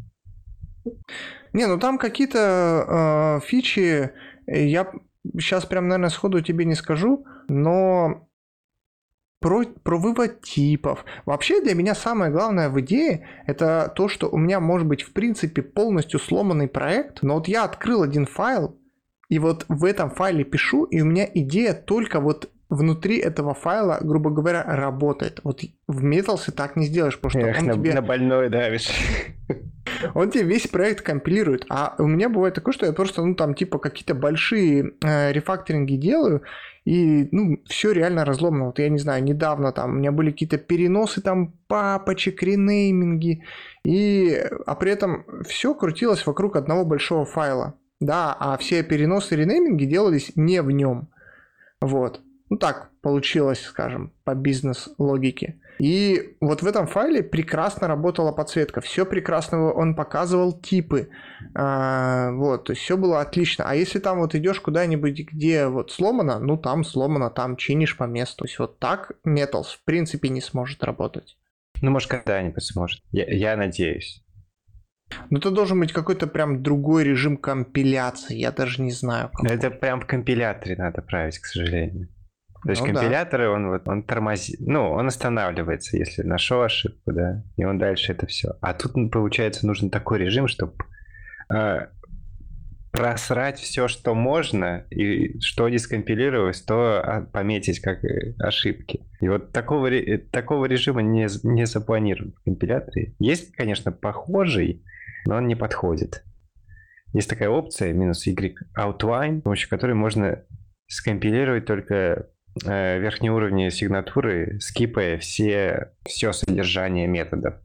Не, ну там какие-то э, фичи, э, я сейчас прям, наверное, сходу тебе не скажу, но про, про вывод типов. Вообще для меня самое главное в идее, это то, что у меня может быть в принципе полностью сломанный проект, но вот я открыл один файл, и вот в этом файле пишу, и у меня идея только вот внутри этого файла, грубо говоря, работает. Вот в Metals так не сделаешь, потому что Эх, он на, тебе... на больной давишь. Он тебе весь проект компилирует. А у меня бывает такое, что я просто, ну, там, типа, какие-то большие э, рефакторинги делаю, и, ну, все реально разломано. Вот я не знаю, недавно там у меня были какие-то переносы, там, папочек, ренейминги, и, а при этом все крутилось вокруг одного большого файла. Да, а все переносы и ренейминги делались не в нем. Вот. Ну, так получилось, скажем, по бизнес-логике. И вот в этом файле прекрасно работала подсветка. Все прекрасно, он показывал типы. А, вот, то есть все было отлично. А если там вот идешь куда-нибудь, где вот сломано, ну там сломано, там чинишь по месту. То есть вот так Metals в принципе не сможет работать. Ну, может, когда-нибудь сможет. Я, я надеюсь. Ну, это должен быть какой-то прям другой режим компиляции. Я даже не знаю. Но это прям в компиляторе надо править, к сожалению. То есть Ну, да. компиляторы, он вот он тормозит, ну, он останавливается, если нашел ошибку, да, и он дальше это все. А тут, получается, нужен такой режим, чтобы э, просрать все, что можно, и что не скомпилировалось, то а, пометить как э, ошибки. И вот такого, ре- такого режима не, з- не запланирован в компиляторе. Есть, конечно, похожий, но он не подходит. Есть такая опция, минус Y outline, с помощью которой можно скомпилировать только э, верхние уровни сигнатуры, скипая все, все содержание методов.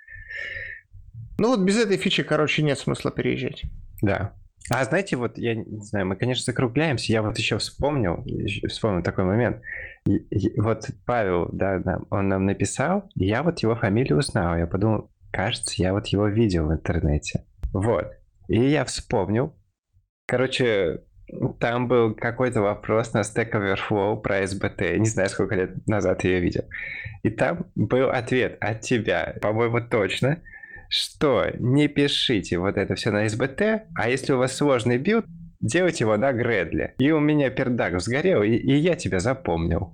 Ну вот без этой фичи, короче, нет смысла переезжать. Да. А знаете, вот я не знаю, мы, конечно, закругляемся. Я вот еще вспомнил, еще вспомнил такой момент. И- и вот Павел, да, нам- он нам написал, и я вот его фамилию узнал. Я подумал, кажется, я вот его видел в интернете. Вот. И я вспомнил. Короче, там был какой-то вопрос на Stack Overflow про эс би ти. Не знаю, сколько лет назад я ее видел. И там был ответ от тебя, по-моему, точно, что не пишите вот это все на эс би ти, а если у вас сложный билд, делайте его на Gradle. И у меня пердак сгорел, и, и я тебя запомнил.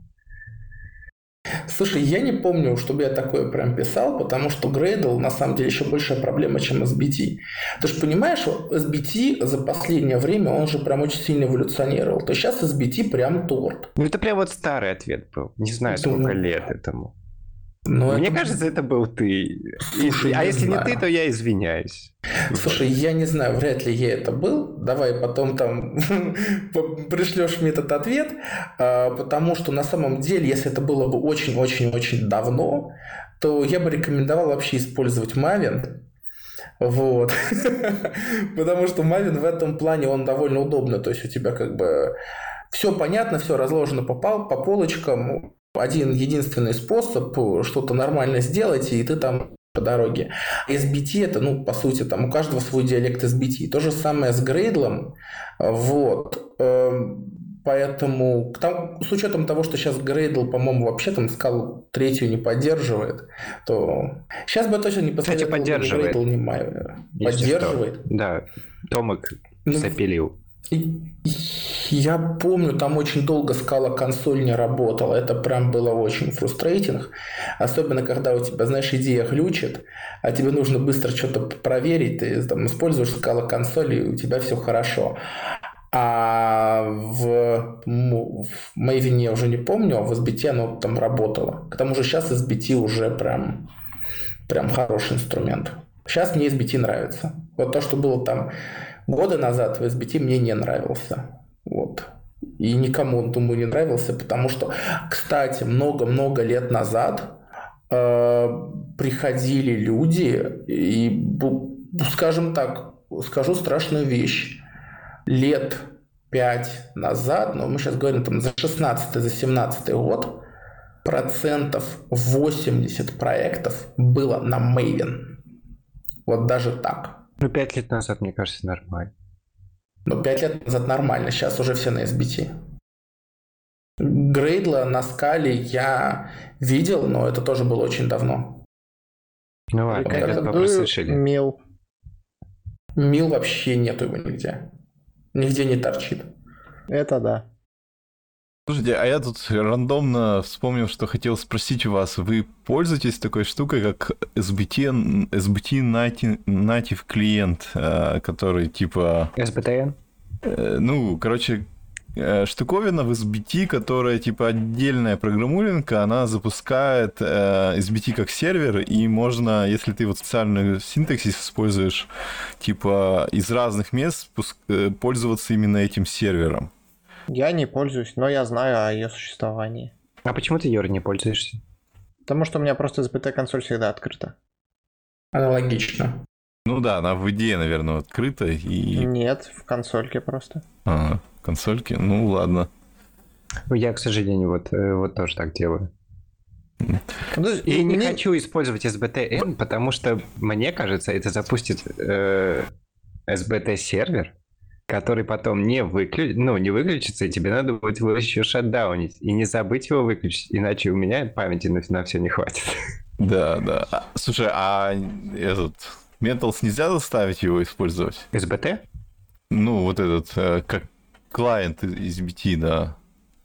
Слушай, я не помню, чтобы я такое прям писал, потому что Gradle на самом деле еще большая проблема, чем эс би ти. Ты же понимаешь, что эс би ти за последнее время, он же прям очень сильно эволюционировал. То есть сейчас эс би ти прям торт. Ну это прям вот старый ответ был. Не знаю, Ну, сколько лет этому. Но Мне это- кажется, это был ты. И- Слушай, а не если знаю. не ты, то я извиняюсь. Слушай, я не знаю, вряд ли я это был. Давай потом там пришлешь мне этот ответ, а, потому что на самом деле, если это было бы очень-очень-очень давно, то я бы рекомендовал вообще использовать Maven. Вот. Потому что Maven в этом плане, он довольно удобный. То есть у тебя как бы все понятно, все разложено по, пал- по полочкам. Один единственный способ что-то нормально сделать, и ты там по дороге. эс би ти это, ну, по сути, там у каждого свой диалект эс би ти. То же самое с Gradle. Вот. Эм, Поэтому там, с учетом того, что сейчас Gradle, по-моему, вообще там скалу третью не поддерживает, то сейчас бы я точно не Кстати, посоветовал ни поддерживает. Gradle, ни Maven. Если Поддерживает. что. Да, Томик Ну, запилил. И- и Я помню, там очень долго скала консоль не работала. Это прям было очень фрустрейтинг. Особенно, когда у тебя, знаешь, идея глючит, а тебе нужно быстро что-то проверить. Ты там используешь скала консоль, и у тебя все хорошо. А в, м- в Maven я уже не помню, а в эс би ти оно там работало. К тому же сейчас эс би ти уже прям, прям хороший инструмент. Сейчас мне эс би ти нравится. Вот то, что было там годы назад в эс би ти, мне не нравился. Вот. И никому, думаю, не нравился, потому что, кстати, много-много лет назад э, приходили люди и, бу- скажем так, скажу страшную вещь. Лет пять назад, но мы сейчас говорим там за шестнадцатый, за семнадцатый год, процентов восемьдесят проектов было на Maven. Вот даже так. Ну, пять лет назад, мне кажется, нормально. Но пять лет назад нормально, сейчас уже все на эс би ти. Грейдла на скале я видел, но это тоже было очень давно. Ну ладно, этот Рекомендую вопрос решили. Мил. Мил вообще нету его нигде. Нигде не торчит. Это да. Слушайте, а я тут рандомно вспомнил, что хотел спросить у вас. Вы пользуетесь такой штукой, как эс би ти, эс би ти Native, Native клиент, э, который типа... эс би ти эн? э, Ну, короче, э, штуковина в эс би ти, которая типа отдельная программулинка, она запускает э, эс би ти как сервер, и можно, если ты вот специальный синтаксис используешь, типа из разных мест пуск- э, пользоваться именно этим сервером. Я не пользуюсь, но я знаю о ее существовании. А почему ты, Юра, не пользуешься? Потому что у меня просто эс би ти-консоль всегда открыта. Аналогично. Ну да, она в идее, наверное, открыта и... Нет, в консольке просто. А, консольки, ну ладно. Ну, я, к сожалению, вот, э, вот тоже так делаю. Ну, то есть, И не мне- хочу использовать эс би ти эн, потому что, мне кажется, это запустит э, эс би ти-сервер, который потом не, выклю... ну, не выключится, и тебе надо будет его еще шатдаунить. И не забыть его выключить, иначе у меня памяти на, на все не хватит. Да, да. А, слушай, а этот Metals нельзя заставить его использовать? эс би ти? Ну, вот этот, э, как клиент из би ти, да.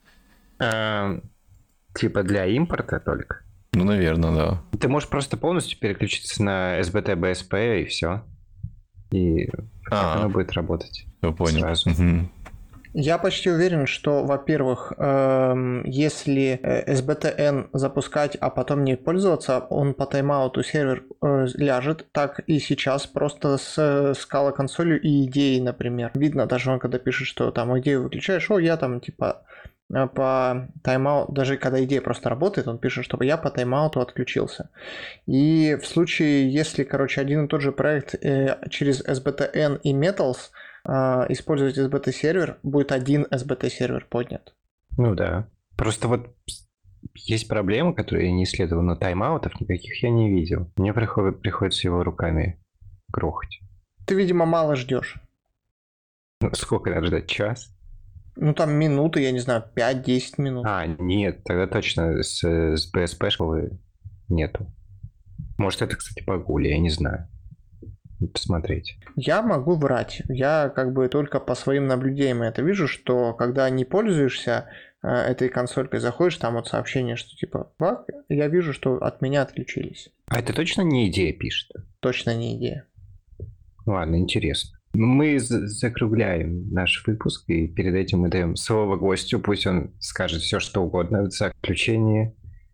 А, типа для импорта только? Ну, наверное, да. Ты можешь просто полностью переключиться на эс би ти би эс пи и все. И А. оно будет работать. Я понял. Сразу. Мгм. Я почти уверен, что, во-первых, эм, если э, эс би ти эн запускать, а потом не пользоваться, он по тайм-ауту сервер э, ляжет. Так и сейчас просто с э, скала консолью и идеей, например. Видно, даже он когда пишет, что там идею выключаешь, о, я там типа э, по тайм-ауту, даже когда идея просто работает, он пишет, чтобы я по тайм-ауту отключился. И в случае, если, короче, один и тот же проект э, через эс би ти эн и Metals использовать эс би ти сервер, будет один эс би ти сервер поднят. Ну да. Просто вот есть проблемы, которые я не исследовал, но тайм-аутов никаких я не видел. Мне приходит, приходится его руками грохать. Ты, видимо, мало ждешь. Ну, сколько надо ждать? Час? Ну, там минуты, я не знаю, пять-десять минут. А, нет, тогда точно с, с би эс пи школы нету. Может, это, кстати, погули, я не знаю. Посмотреть. Я могу врать. Я как бы только по своим наблюдениям это вижу, что когда не пользуешься э, этой консолькой, заходишь, там вот сообщение, что типа, баг, я вижу, что от меня отключились. А это точно не идея пишет? Точно не идея. Ладно, интересно. Мы за- закругляем наш выпуск, и перед этим мы даем слово гостю, пусть он скажет все, что угодно в заключении.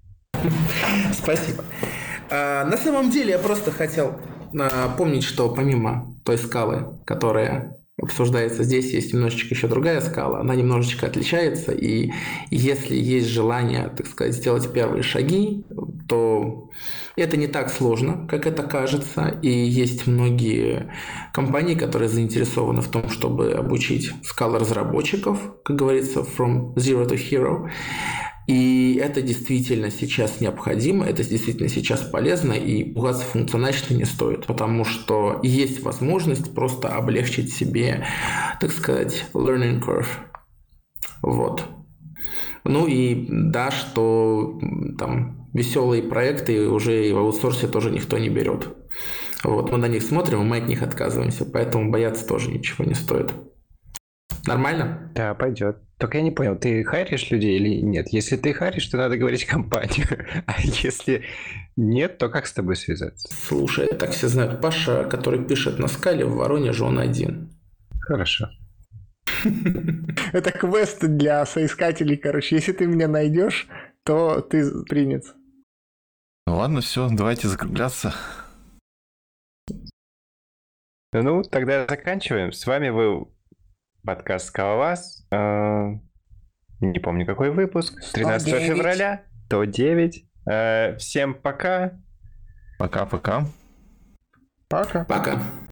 Спасибо. А, на самом деле я просто хотел помнить, что помимо той скалы, которая обсуждается здесь, есть немножечко еще другая скала. Она немножечко отличается, и если есть желание, так сказать, сделать первые шаги, то это не так сложно, как это кажется. И есть многие компании, которые заинтересованы в том, чтобы обучить скала-разработчиков, как говорится, from zero to hero. И это действительно сейчас необходимо, это действительно сейчас полезно, и пугаться функциональности не стоит, потому что есть возможность просто облегчить себе, так сказать, learning curve. Вот. Ну и да, что там веселые проекты уже и в аутсорсе тоже никто не берет. Вот, мы на них смотрим, и мы от них отказываемся, поэтому бояться тоже ничего не стоит. Нормально? Да, пойдет. Только я не понял, ты хайришь людей или нет? Если ты хайришь, то надо говорить компанию. А если нет, то как с тобой связаться? Слушай, так все знают, Паша, который пишет на скале, в Воронеже он один. Хорошо. Это квест для соискателей, короче. Если ты меня найдешь, то ты принят. Ну ладно, все, давайте закругляться. Ну, тогда заканчиваем. С вами был подкаст «Скалолаз». Э, Не помню, какой выпуск. тринадцатого февраля. сто девять. Э, Всем пока. Пока-пока. Пока. Пока.